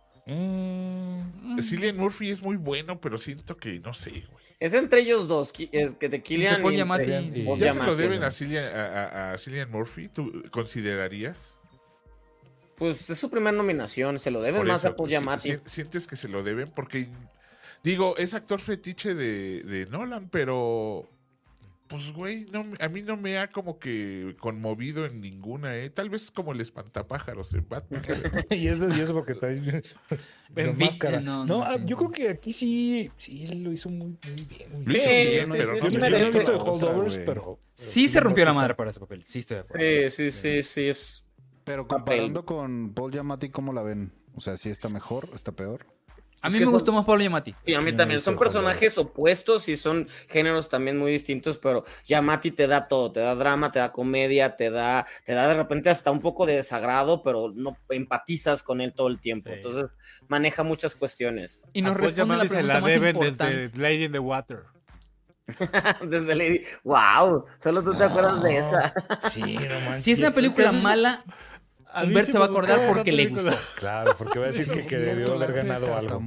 Cillian Murphy es muy bueno, pero siento que no sé, güey. Es entre ellos dos, es que de Killian De Paul y entre Giamatti. Paul ¿Ya se lo Giamatti. deben a Cillian Murphy? ¿Tú considerarías? Pues es su primera nominación, se lo deben Por más eso, a Paul Giamatti. ¿Sientes que se lo deben? Porque, digo, es actor fetiche de Nolan, pero, pues, güey, a mí no me ha como que conmovido en ninguna, ¿eh? Tal vez como el espantapájaros de Batman. y eso porque está ahí la En máscara. no, No, sí, yo sí. creo que aquí sí lo hizo muy bien. muy Lo bien. hizo bien, sí, pero sí, no sí, me Yo no he merece. visto de otra, Holdovers, güey. pero... Sí se rompió la Murphy madre para ese papel. Sí, estoy de acuerdo. Sí, es... Pero comparando con Paul Giamatti, ¿cómo la ven? O sea, ¿sí está mejor? ¿Está peor? A Es mí que me son- gustó más Paul Giamatti. Sí, a mí no he también. visto Son Holdovers. personajes opuestos y son géneros también muy distintos, pero Giamatti te da todo, te da drama, te da comedia, te da de repente hasta un poco de desagrado, pero no empatizas con él todo el tiempo. Sí. Entonces maneja muchas cuestiones. Y nos A Paul responde la Giamatti se pregunta la más deben importante. desde Lady in the Water. Desde Lady. ¡Wow! Solo tú te acuerdas de esa. Sí, no manches. Si es una película mala, A mí Humberto sí se va a me acordar gustó porque esa le película. gustó. Claro, porque va a decir que debió haber ganado algo.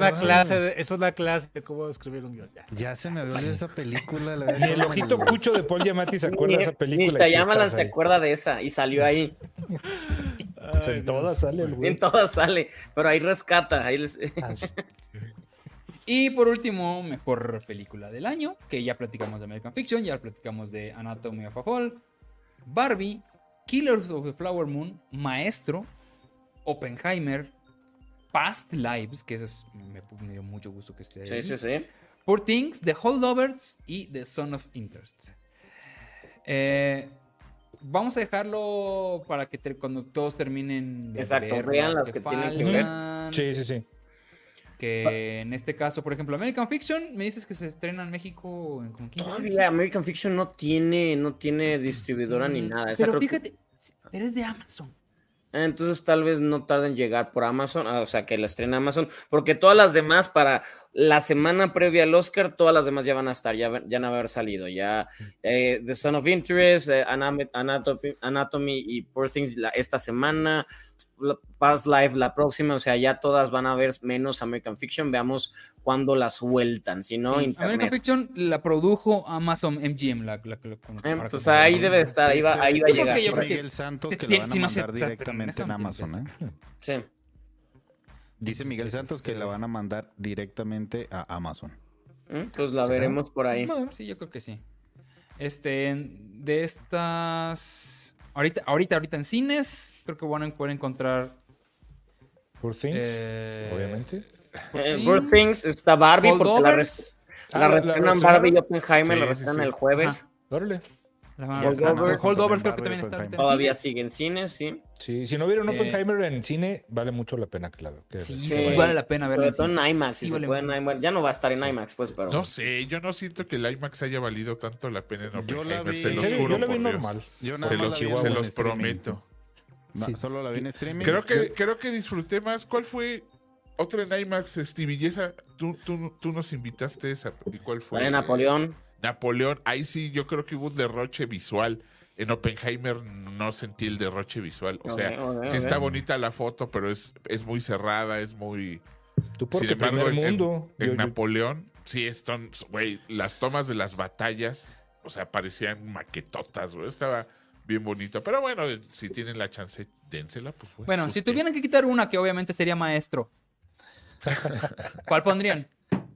Es una clase de cómo escribir un guión. Ya. Ya se me olvidó esa película. La verdad, Ni el no, ojito güey. cucho de Paul Giamatti se acuerda de esa película. Ni y tú Shyamalan estás se ahí. acuerda de esa y salió ahí. Pues en todas sale el güey. En todas sale, pero ahí rescata. Ahí les... Ah, sí. Y por último, mejor película del año, que ya platicamos de American Fiction, ya platicamos de Anatomy of a Fall, Barbie, Killers of the Flower Moon, Maestro, Oppenheimer, Past Lives, que eso me dio mucho gusto que esté ahí. Sí. Poor Things, The Holdovers y The Zone of Interest. Vamos a dejarlo para que cuando todos terminen de Exacto, ver vean las que tienen que ver. faltan. Sí. Que en este caso, por ejemplo, American Fiction, me dices que se estrena en México en como 15 días. Todavía American Fiction no tiene distribuidora ni nada. Esa Pero creo que- fíjate, pero es de Amazon. Entonces tal vez no tarden en llegar por Amazon, o sea, que la estrene Amazon, porque todas las demás para la semana previa al Oscar, todas las demás ya van a estar, ya van a haber salido, ya The Son of Interest, Anatomy y Poor Things esta semana, Past Life la próxima, o sea, ya todas van a ver menos American Fiction, veamos cuándo la sueltan, si no, sí, American Fiction la produjo Amazon MGM, pues ahí debe de estar, ahí va a llegar. Miguel Santos que la van a mandar directamente en Amazon, Sí. Dice Miguel Santos que la van a mandar directamente a Amazon. Pues la veremos por ahí. Sí, yo creo que sí. De estas... Ahorita en cines, creo que van a poder encontrar... Poor Things, obviamente. Poor Things, está Barbie, porque la reestrenan Barbie y Oppenheimer, la reestrenan el jueves. Órale. Holdovers creo que también está ahorita. Todavía sigue en cines, sí. Sí, si no vieron Oppenheimer en cine, vale mucho la pena que la vean. Sí, vale la pena verla. Sobre todo en IMAX, si se puede en IMAX. Ya no va a estar en IMAX, pues, pero... No sé, yo no siento que el IMAX haya valido tanto la pena en Oppenheimer. vi. Se los juro Yo la vi por Dios. normal. Se los prometo. Sí. Solo la vi en streaming. Creo que disfruté más. ¿Cuál fue otra en IMAX, Stevie? Y esa, tú nos invitaste esa. ¿Y cuál fue? La de Napoleón. Napoleón. Ahí sí, yo creo que hubo un derroche visual. En Oppenheimer no sentí el derroche visual. O sea, sí está bonita la foto, pero es muy cerrada, es muy... Tú porque Sin embargo, primer mundo. en Napoleón, sí, güey, las tomas de las batallas, o sea, parecían maquetotas, güey. Estaba bien bonito. Pero bueno, si tienen la chance, dénsela, pues güey. Bueno, si tuvieran que quitar una, que obviamente sería Maestro, ¿cuál pondrían?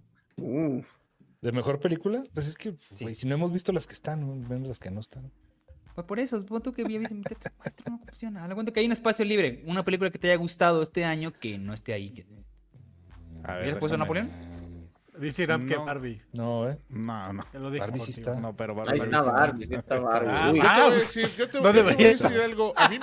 ¿De mejor película? Pues es que, güey, si no hemos visto las que están, vemos las que no están. Pues por eso, punto que había no funciona. Le cuento que hay un espacio libre, una película que te haya gustado este año que no esté ahí. A ver, ¿Habías puesto Napoleón? Dice Irán que Barbie. No, No. Te lo dijo, Barbie sí está. No, pero Ahí está Barbie, sí está Barbie. Yo te voy a decir algo. A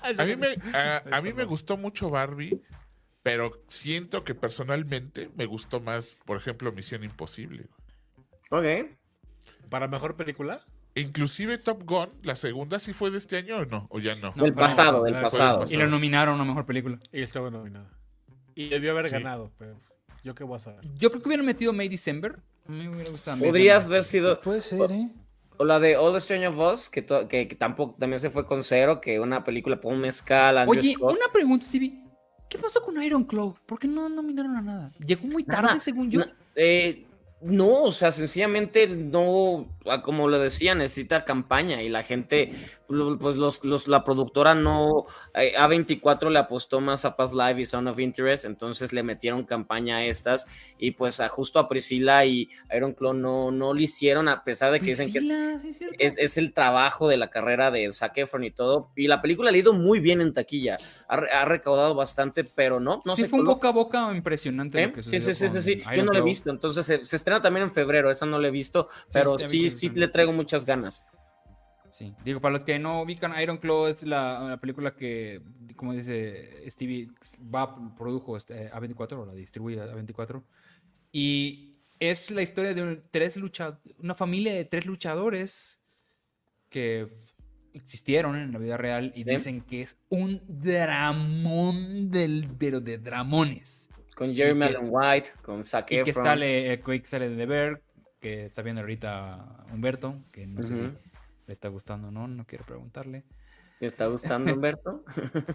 mí me gustó mucho Barbie, pero siento que personalmente me gustó más, por ejemplo, Misión Imposible. Ok. ¿Para mejor película? Inclusive Top Gun, la segunda, ¿sí fue de este año o no? ¿O ya no? Del pasado. Y lo nominaron a mejor película. Y estaba nominada. Y debió haber ganado, pero yo qué voy a saber. Yo creo que hubieran metido May December. A mí me hubiera gustado. Podrías haber sido... Puede ser, O la de All the Strange of Us, que tampoco también se fue con 0, que una película por un mezcal. Oye, una pregunta, Stevie. ¿Qué pasó con Iron Claw? ¿Por qué no nominaron a nada? Llegó muy tarde, según yo. No, o sea, sencillamente no, como lo decía, necesita campaña y la gente, pues la productora no, A24 le apostó más a Past Life y Son of Interest, entonces le metieron campaña a estas y pues justo a Priscilla y Iron Claw no le hicieron, a pesar de que dicen que es el trabajo de la carrera de Zac Efron y todo, y la película le ha ido muy bien en taquilla, ha recaudado bastante, pero no sí, fue un boca a boca impresionante lo que sí, yo no lo he visto, entonces se estrena también en febrero, esa no la he visto, pero sí le traigo muchas ganas. Sí, digo, para los que no ubican, Iron Claw es la película que, como dice Stevie, produjo A24 o la distribuye A24, y es la historia de una familia de 3 luchadores que existieron en la vida real y dicen que es un dramón pero de dramones. Con Jeremy Allen White, con Zac Efron. Y que sale de The Bear, que está viendo ahorita Humberto, que no sé si le está gustando o no quiero preguntarle. ¿Le está gustando Humberto?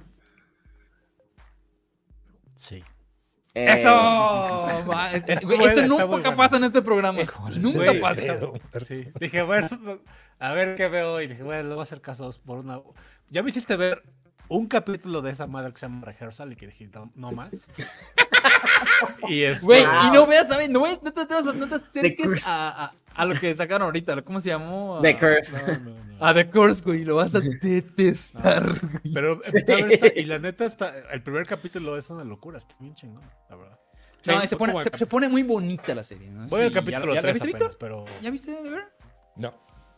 Sí. ¡Esto! Eso nunca pasa en este programa. Nunca pasa. Sí. Dije, bueno, a ver qué veo. Y dije, bueno, le voy a hacer casos por una... Ya me hiciste ver un capítulo de esa madre que se llama Rehearsal y que dije, no más. Güey, y no veas, ¿sabes? No te acerques a lo que sacaron ahorita. ¿Cómo se llamó? The Curse. A The Curse, güey. Lo vas a detestar. Pero, y la neta, el primer capítulo es una locura. Está bien chingón, la verdad. No, se pone muy bonita la serie, ¿no? Voy al capítulo 3 viste, apenas, Víctor? pero... ¿Ya viste The Bear? No.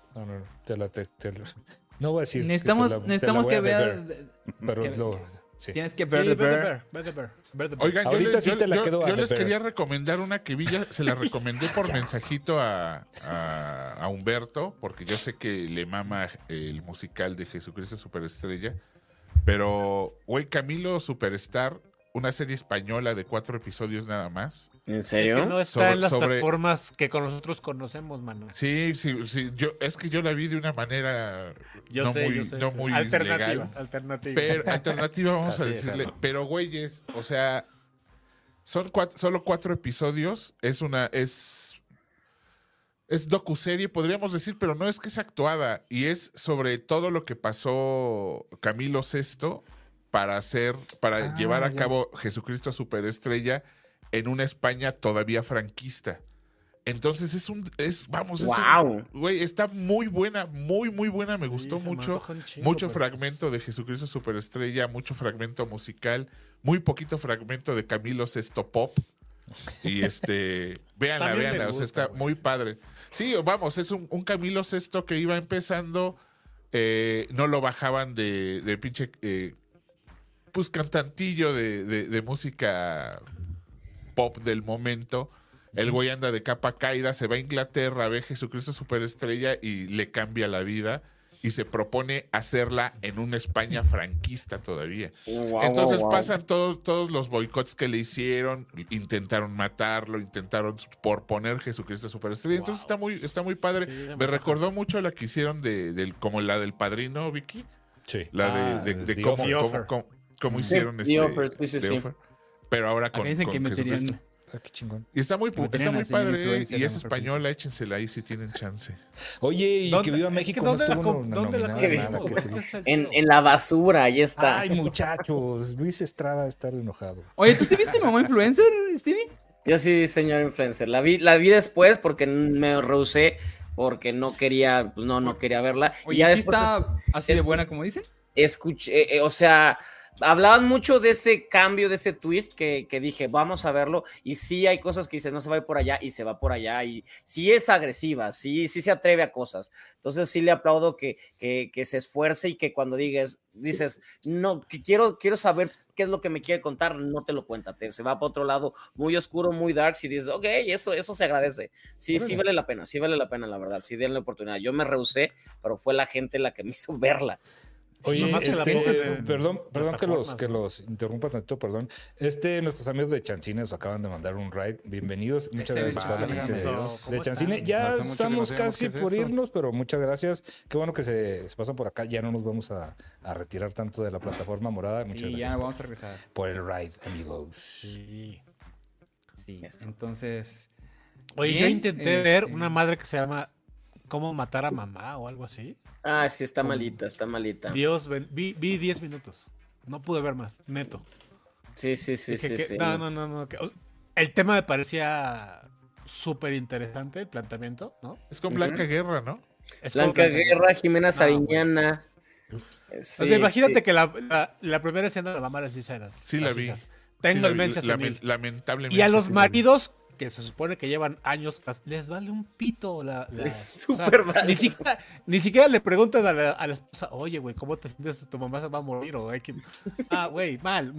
No voy a decir. Necesitamos que veas. Pero sí. Tienes que ver The Bear. Oigan, ahorita sí te la quedo yo les quería recomendar una que vi, se la recomendé por mensajito a Humberto, porque yo sé que le mama el musical de Jesucristo Superestrella. Pero, güey, Camilo Superstar, una serie española de 4 episodios nada más. ¿En Que serio? no está en las sobre- plataformas que con nosotros conocemos, mano. Sí, es que yo la vi de una manera no muy legal. Alternativa. Pero, alternativa, vamos a Así, decirle. claro. Pero, güeyes, o sea, son solo 4 episodios. Es docuserie, podríamos decir, pero no es que es actuada. Y es sobre todo lo que pasó Camilo VI para llevar a cabo Jesucristo Superestrella en una España todavía franquista. Entonces ¡Wow! güey, está muy buena, muy buena, me gustó mucho. Mucho fragmento de Jesucristo Superestrella, mucho fragmento musical, muy poquito fragmento de Camilo VI Pop. Y véanla, o sea, está muy padre. Sí, vamos, es un Camilo VI que iba empezando, no lo bajaban de pinche, pues cantantillo de música pop del momento. El güey anda de capa caída, se va a Inglaterra, ve Jesucristo Superestrella y le cambia la vida y se propone hacerla en una España franquista todavía. Entonces pasan todos los boicots que le hicieron, intentaron matarlo, intentaron por poner Jesucristo Superestrella. Entonces está muy padre. Sí, me recordó mucho la que hicieron como la del Padrino, Vicky. Sí. La de The cómo hicieron The Offer, sí. The Offer. Pero ahora Acá con dicen que Jesucristo. meterían... Qué chingón. Y está muy meterían a señor padre, influencer y es a mejor española, échensela ahí si tienen chance. Oye, y ¿Dónde- que viva es México que no dónde la estuvo com- dónde la nominada, nada, conseguimos, qué güey? triste. En la basura, ahí está. Ay, muchachos, Luis Estrada está enojado. Oye, ¿tú sí viste Mamá Influencer, Stevie? Yo sí, señor influencer. La vi después porque me rehusé, porque no quería, pues no quería verla. Y Oye, ya ¿sí después está así de es- buena como dicen? escuché, o sea, hablaban mucho de ese cambio, de ese twist que dije, vamos a verlo. Y sí hay cosas que dices, no se va a ir por allá y se va por allá. Y sí es agresiva, sí se atreve a cosas. Entonces sí le aplaudo que se esfuerce y que cuando dices, no, que quiero saber qué es lo que me quiere contar, no te lo cuenta, se va para otro lado muy oscuro, muy dark, y dices, ok, eso se agradece. Sí vale la pena, la verdad, sí den la oportunidad. Yo me rehusé, pero fue la gente la que me hizo verla. Oye, nomás que la pongas en perdón plataformas, que los interrumpa tantito, perdón. Nuestros amigos de Chancine nos acaban de mandar un ride. Bienvenidos. Muchas Ese gracias por la Chancine, mención ¿cómo de Chancine. están? Ya Hace mucho que no estamos sabíamos casi qué es por eso. irnos, pero muchas gracias. Qué bueno que se pasan por acá. Ya no nos vamos a retirar tanto de la plataforma morada. Muchas Sí, gracias ya vamos a regresar. por el ride, amigos. Sí. Sí, entonces... Oye, yo Bien, intenté ver una madre que se llama ¿Cómo matar a mamá? O algo así. Ah, sí, está malita. Dios, vi 10 minutos. No pude ver más, neto. Sí. Dije que- No. El tema me parecía súper interesante, el planteamiento, ¿no? Es con Blanca Guerra, ¿no? Es Blanca como- Guerra, Jimena No, Sariñana. O sea, imagínate que la primera escena de la mamá les dice a las Sí, la las vi. hijas, Sí, tengo la el vi, mensa senil. lamentablemente. Y a los sí la vi. maridos, que se supone que llevan años, les vale un pito Es o sea, súper vale. ni siquiera le preguntan a la esposa, oye, güey, ¿cómo te sientes? ¿Tu mamá se va a morir? O hay que... Ah, güey, mal,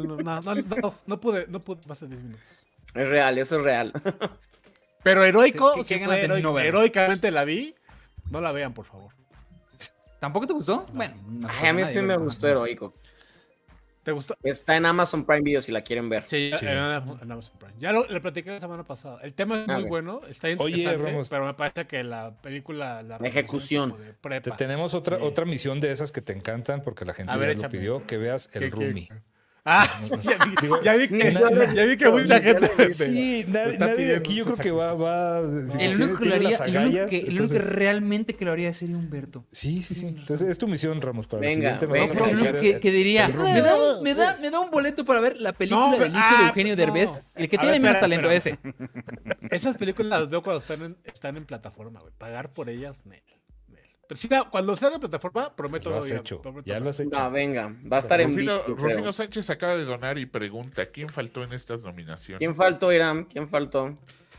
no pude más de 10 minutos. Es real, eso es real. Pero heroico, ¿Qué sí ganas fue de no verla? heroicamente la vi. No la vean, por favor. ¿Tampoco te gustó? Bueno, no Ay, a mí pasa sí nada, me yo- gustó Heroico. ¿Te gustó? Está en Amazon Prime Video si la quieren ver. Sí, en Amazon Prime. Ya lo platiqué la semana pasada. El tema es muy Ok. bueno, está Oye, interesante, Ramos. pero me parece que la película... La ejecución. como de prepa. Tenemos otra Sí. otra misión de esas que te encantan porque la gente A ver, ya lo échame. pidió, que veas ¿Qué- el qué? Roomie. Ah, ya vi que mucha gente Sí, nadie está de pidiendo aquí yo creo sus que va El único que lo haría, las el único agallas, que entonces- realmente que lo haría sería Humberto. Sí. Entonces es tu misión, Ramos, para Venga, el siguiente. venga. vamos a No, pero el sacar único que diría, el Roomie. me da un boleto para ver la película No, del hijo de Eugenio no. Derbez, el que A tiene ver, menos espera, talento espera. ese. Esas películas las veo cuando están en plataforma, güey. Pagar por ellas, nel. Pero sí, cuando salga en plataforma, prometo Lo no has ir, hecho, prometo ya no. lo has hecho. No, venga, va a estar en Rufino, VIX, yo creo. Rufino Sánchez acaba de donar y pregunta, ¿quién faltó en estas nominaciones? ¿Quién faltó, Iram? ¿Quién faltó?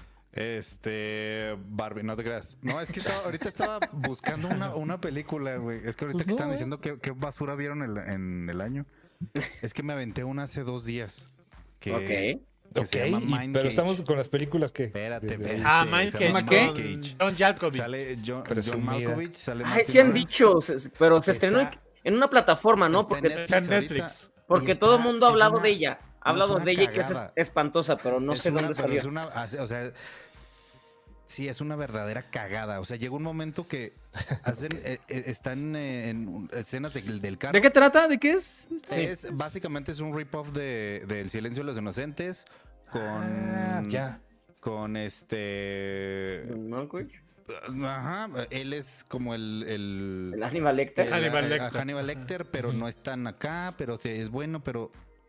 Barbie, no te creas. No, es que ahorita estaba buscando una película, güey. Es que ahorita que están diciendo qué basura vieron en el año. Es que me aventé una hace 2 días. Que, Ok. que se llama Mind pero Cage. estamos con las películas que... Espérate. Ah, se Mindcage. llama ¿Qué? Mindcage. John Malkovich. Sale John Presumida. Malkovich, sale Ay, Martin sí han Lawrence. dicho, pero se estrenó. en una plataforma, ¿no? Está en Porque, Está en Netflix. porque todo el mundo ha hablado de ella. Ha hablado de ella y que es cagada. espantosa, pero no sé dónde salió. O sea, sí, es una verdadera cagada. O sea, llega un momento que están en escenas del carro. ¿De qué trata? ¿De qué es? Básicamente es un rip-off de El Silencio de los Inocentes Ya. con Malkovich. Ajá, él es como El Hannibal Lecter. Hannibal Lecter, pero no es tan acá, pero sí es bueno, pero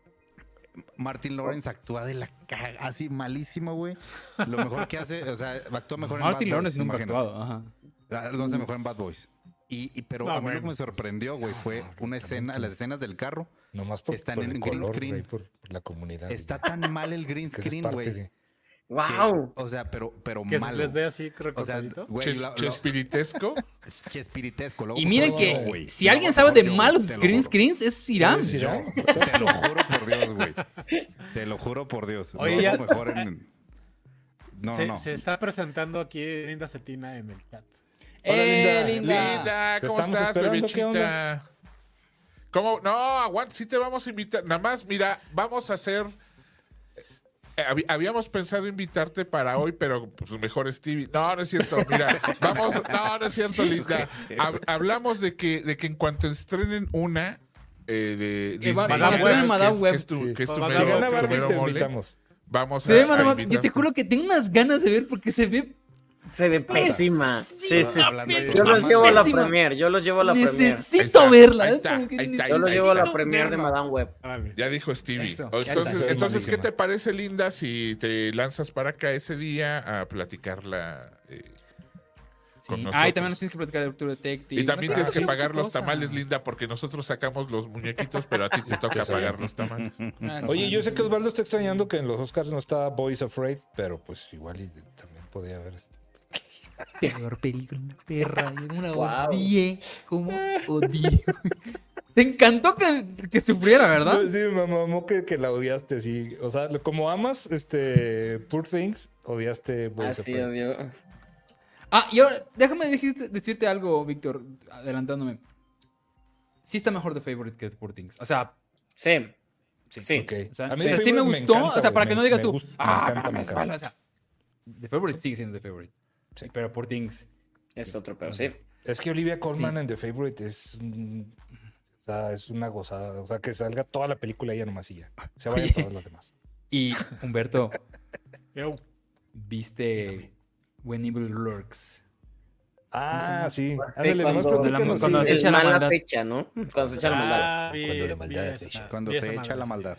Martin Lawrence actúa de la caga, así malísimo, güey. Lo mejor que hace, o sea, actúa mejor Martin en Bad Lawrence Boys. nunca ha imagínate. actuado. Ajá. Lo hace mejor en Bad Boys. Pero a mí lo que me sorprendió, güey, fue una escena, las escenas del carro. Nomás por Están el en green color, screen. güey, por la comunidad. Está tan mal el green que eso es screen, parte güey. de- ¡Wow! O sea, pero Que malo. les ve así O sea, recortadito. güey, Chespiritesco. Chespiritesco. Y miren Luego, que güey, si lo alguien hago sabe de yo, malos te lo green juro. screens, es Irán. Sí, Yo, te lo juro por Dios, güey. Te lo juro por Dios. Oye, Lo ya- hago mejor en... No. Se está presentando aquí Linda Cetina en el chat. Hola, Linda. Linda, Te ¿cómo estamos estás, esperando, ¿qué bebechita? ¿Cómo? No, aguanta, sí te vamos a invitar. Nada más, mira, vamos a hacer... Habíamos pensado invitarte para hoy, pero pues mejor Stevie. No, no es cierto. Mira, vamos. No es cierto, Linda. Hablamos de que en cuanto estrenen una de Disney, Madame Web. Madame Web. que es tu, que es tu Madame Si mero- gana tu Barbie, mero te mole, invitamos. vamos Se ve, a Madame Web. Yo te invitarte. juro que tengo unas ganas de ver porque se ve Se ve pésima. Sí. Hablando de Yo los llevo a la Pésima. premier. Yo los llevo a la premier. Necesito verla. Ahí está, Como que ahí está, Yo los ahí llevo a la está. premier de Madame Web. Ya dijo Stevie. Eso, Entonces, ya está. entonces, ¿qué Malísima. te parece, Linda, si te lanzas para acá ese día a platicarla con nosotros? Ah, y también nos tienes que platicar de True Detective. Y también No sé, tienes que mucha pagar los cosa. tamales, Linda, porque nosotros sacamos los muñequitos, pero a ti te toca pagar los tamales. Ah, sí. Oye, yo sé que Osvaldo está extrañando que en los Oscars no está Boys Afraid, pero pues igual y también podía haber. Peor película, una perra. Yo una Wow. odié. ¿Cómo odié? Te encantó que sufriera, ¿verdad? No, sí, me mamó que la odiaste, sí. O sea, como amas Poor Things, odiaste Boys Así, Afraid. adiós. Ah, y ahora, déjame decirte algo, Víctor, adelantándome. Sí está mejor The Favorite que The Poor Things. O sea, Sí. Sí. Ok. o sea, A mí sí The me Favorite gustó. encanta, o sea, para güey, que no digas tú. me encanta, me encanta. o sea, The Favorite sigue siendo The Favorite. Sí. Pero Poor Things. Es otro, pero sí. Es que Olivia Colman Sí. en The Favorite o sea, es una gozada. O sea, que salga toda la película ella nomás y ya. Se vayan Oye. todas las demás. Y Humberto, Yo, ¿viste When Evil Lurks? Ah, sí. Sí, Ándale, nomás cuando- platícanos, cuando sí. se echa la mala maldad. fecha, ¿no? Cuando se echa la maldad. Cuando la maldad es hecha. Cuando se echa la maldad.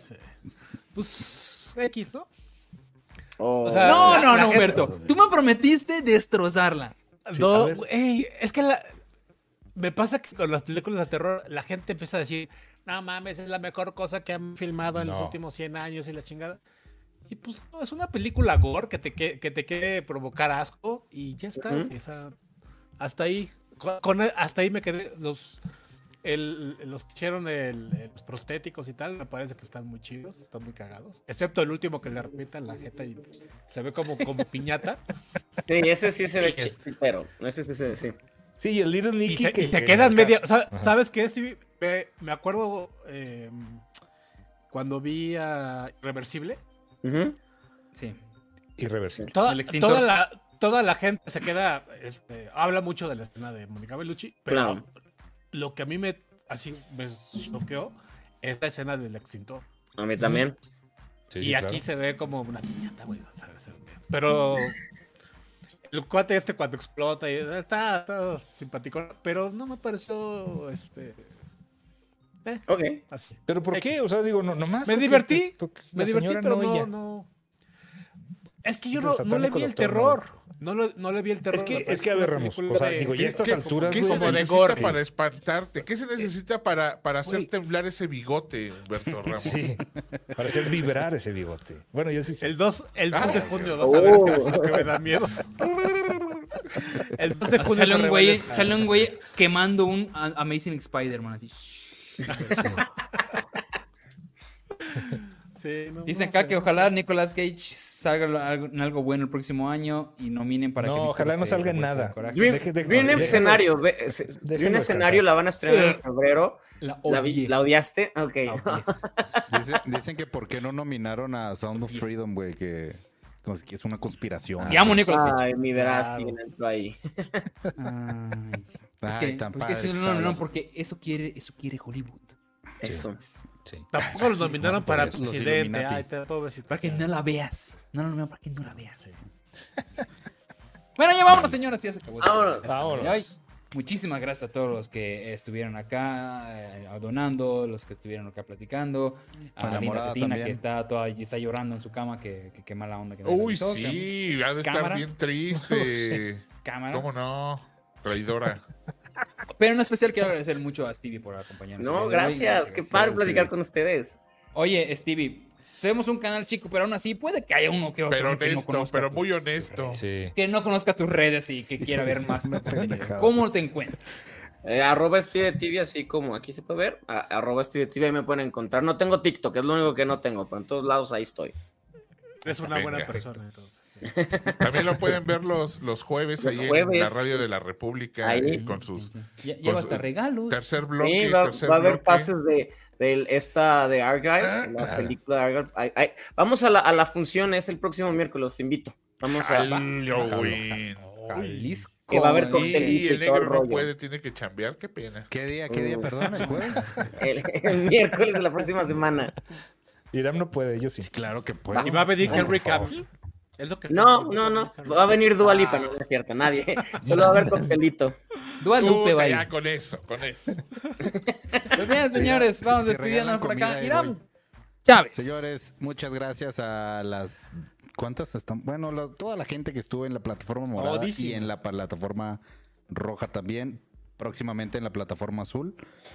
pues X, ¿no? Oh. O sea, No, la- no, la no, gente- Humberto. Tú me prometiste destrozarla. Sí, No, a ver. güey, es que me pasa que con las películas de terror la gente empieza a decir, no mames, es la mejor cosa que han filmado en los No. últimos 100 años y la chingada. Y pues no, es una película gore que te quiere provocar asco y ya está. Ujú. O sea, hasta ahí. Hasta ahí me quedé. Los que hicieron los prostéticos y tal, me parece que están muy chidos, están muy cagados. Excepto el último que le repita la jeta y se ve como piñata. Sí, ese sí se ve pero ese sí se ve, sí. Sí, y el Little Y Nicky te que quedan media. Ajá. ¿Sabes qué, Stevie? Me acuerdo cuando vi a Irreversible. Ujú. Sí. Irreversible. El extintor. Toda la gente se queda. Habla mucho de la escena de Mónica Bellucci, pero Claro. lo que a mí me choqueó es la escena del extintor. A mí también. Sí, Y sí, aquí claro. se ve como una piñata, güey. ¿Sabes? Pero el cuate cuando explota y está simpático, pero no me pareció Ok. así. ¿Pero por qué? O sea, digo, no, nomás. Me porque- divertí, porque Me la divertí, señora pero ella. no. Es que yo Los no le vi satánicos el doctor terror. No le vi el terror. Es que a ver, Ramos, o sea, digo, ya a estas alturas, ¿Qué güey, se como de necesita gore. para espantarte? ¿Qué se necesita para hacer Güey. temblar ese bigote, Humberto Ramos? Sí, para hacer vibrar ese bigote. Bueno, yo sí sé. El 2 de junio vas a ver qué es lo que me da miedo. El 2 de junio Sale un güey quemando un Amazing Spider-Man. Así. Sí, Sí, no, Dicen no acá sé, que no ojalá sé. Nicolas Cage salga en algo bueno el próximo año y nominen para que No, Víctor ojalá no se salga en revuelque de nada. coraje. Dream déjalo- Escenario, déjalo Dream Escenario descansar. la van a estrenar en febrero. La ¿La, odié. ¿La odiaste? Ok. La odié. Dicen que por qué no nominaron a Sound of Freedom, güey, que es una conspiración. Y amo Nicolas Cage. Ay, mi verás, Claro. quién entró ahí. Ay, sí. Ay, tan pues es padre que que no, estaba no, la- porque eso quiere Hollywood. Eso. Sí. Tampoco los nominaron para Los presidente. Illuminati. Ay, pobrecito. Para que no la veas. No, para que no la veas. Bueno, ya vámonos, señoras. Ya se acabó. Vámonos. Vámonos. Ay, muchísimas gracias a todos los que estuvieron acá donando, los que estuvieron acá platicando. A A la Linda morada Cetina, también. que está llorando en su cama. Que mala onda. Que no Uy, la avisó, sí, ha de estar Cámara. bien triste. Cámara. ¿Cómo no? Traidora. Pero en especial quiero agradecer mucho a Stevie por acompañarnos. el No, día de hoy. gracias. Muchas Qué gracias, padre platicar Stevie. con ustedes. Oye, Stevie, somos un canal chico, pero aún así puede que haya uno que otro Pero que no honesto, conozca pero muy tus honesto. Sí. que no conozca tus redes y que quiera ver más Una contenido. pendejada. ¿Cómo te encuentras? Arroba Steve TV, así como aquí se puede ver. Arroba Steve TV, ahí me pueden encontrar. No tengo TikTok, es lo único que no tengo, pero en todos lados ahí estoy. Es una buena Venga. persona, entonces. Sí. También lo pueden ver los jueves Los ahí en jueves. la radio de la República Ahí. con sus Lleva hasta su- regalos. tercer bloque. Sí, va tercer a haber bloque. pases de esta de Argyle, la película de Argyle. Vamos a la función, es el próximo miércoles, los invito. Vamos a... Halloween. Jalisco. Que va a haber Y- coctelito Y el y todo el negro no rollo. puede, tiene que chambear, qué pena. ¿Qué día, perdón? ¿El jueves? el miércoles de la próxima semana. Irán no puede, yo sí. Sí, claro que puede. ¿Y va a venir Vamos, Henry por favor. Cavill? Es lo que No, tengo no, entendido, no. Va a venir Dua Lipa, no, Ah. no es cierto, nadie. Solo va a haber coctelito. Dua Lupe Puta, va ya ahí. con eso, con eso. Pues bien, señores, vamos si despidiéndonos regalan por acá. comida, ahí Irán voy. Chávez. Señores, muchas gracias a las... ¿Cuántas están? Bueno, toda la gente que estuvo en la plataforma morada Todísimo. y en la plataforma roja también. Próximamente en la plataforma azul.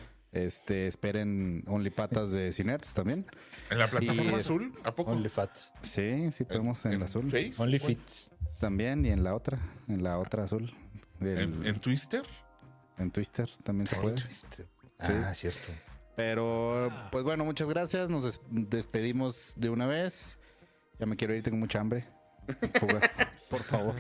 Esperen OnlyPatas de Cinerts también. ¿En la plataforma Y- azul? ¿A poco? OnlyFats. Sí, podemos en la azul. Face? OnlyFits. También y en la otra azul. ¿En Twister? En Twister también se puede. Ah, cierto. Pero, pues bueno, muchas gracias. Nos despedimos de una vez. Ya me quiero ir, tengo mucha hambre. Fuga, por favor.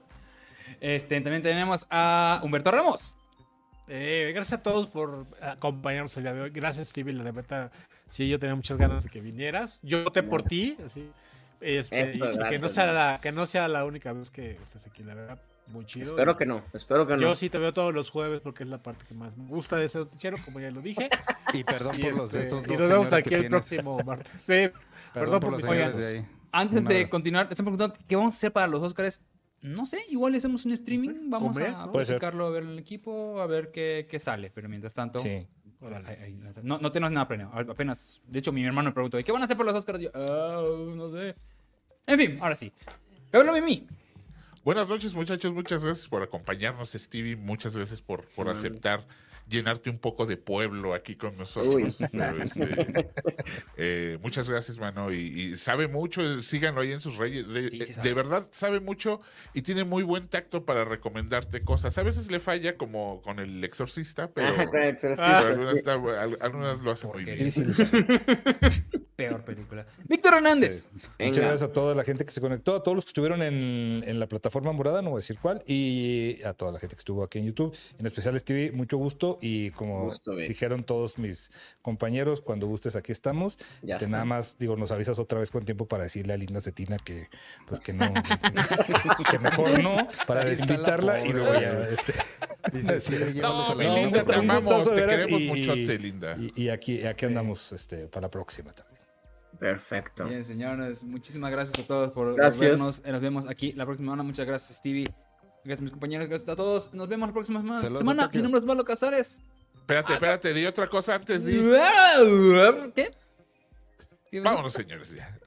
También tenemos a Humberto Ramos. Gracias a todos por acompañarnos el día de hoy. Gracias, Stevie. La verdad, sí, yo tenía muchas ganas de que vinieras. Yo voté por ti, así. Y gracias. que no sea la única vez que estés aquí, la verdad. Muy chido. Espero que no. Yo sí te veo todos los jueves porque es la parte que más me gusta de este noticiero, como ya lo dije. Y perdón por los de esos dos. Y nos vemos señores aquí que el tienes. próximo martes. Sí, perdón por los mis señores oigan. de ahí. Antes de Nada. continuar, están preguntando qué vamos a hacer para los Oscars. No sé, igual le hacemos un streaming. Vamos Comer, a ¿no? Puede ser. platicarlo, a ver el equipo, a ver qué sale. Pero mientras tanto, Sí. no tenemos nada planeado. Apenas, de hecho, mi hermano me preguntó, ¿y qué van a hacer por los Oscars? Yo, no sé. En fin, ahora sí. Hablo de mí. Buenas noches, muchachos. Muchas gracias por acompañarnos, Stevie. Muchas gracias por aceptar llenarte un poco de pueblo aquí con nosotros. Uy. Pero, muchas gracias, mano. Y sabe mucho. Síganlo ahí en sus redes. Sí, sí sabe. De verdad, sabe mucho y tiene muy buen tacto para recomendarte cosas. A veces le falla, como con el exorcista, pero, Con el exorcista. pero algunas lo hacen muy bien. Difícil, sí. Peor película. Víctor Hernández. Muchas Venga. gracias a toda la gente que se conectó, a todos los que estuvieron en la plataforma morada, no voy a decir cuál, y a toda la gente que estuvo aquí en YouTube. En especial, Stevie, mucho gusto. Y como Gusto, Vic. dijeron todos mis compañeros, cuando gustes, aquí estamos. Ya está. Nada más, digo, nos avisas otra vez con tiempo para decirle a Linda Cetina que, pues que no, que mejor no, para Ahí está la desinvitarla y pobre, luego ya. güey. Dice, sí, llévalos No, a mi la- No, Linda, te un amamos, gustazo, te de veras, queremos y- muchote, Linda. Y aquí andamos para la próxima también. Perfecto. Bien, señores, muchísimas gracias a todos por Gracias. vernos. Nos vemos aquí la próxima semana. Muchas gracias, Stevie. Gracias, mis compañeros. Gracias a todos. Nos vemos la próxima Saludos a semana. Tokio. Mi nombre es Valo Casares. Espérate, di otra cosa antes. Di. ¿Qué? Vámonos, señores, ya.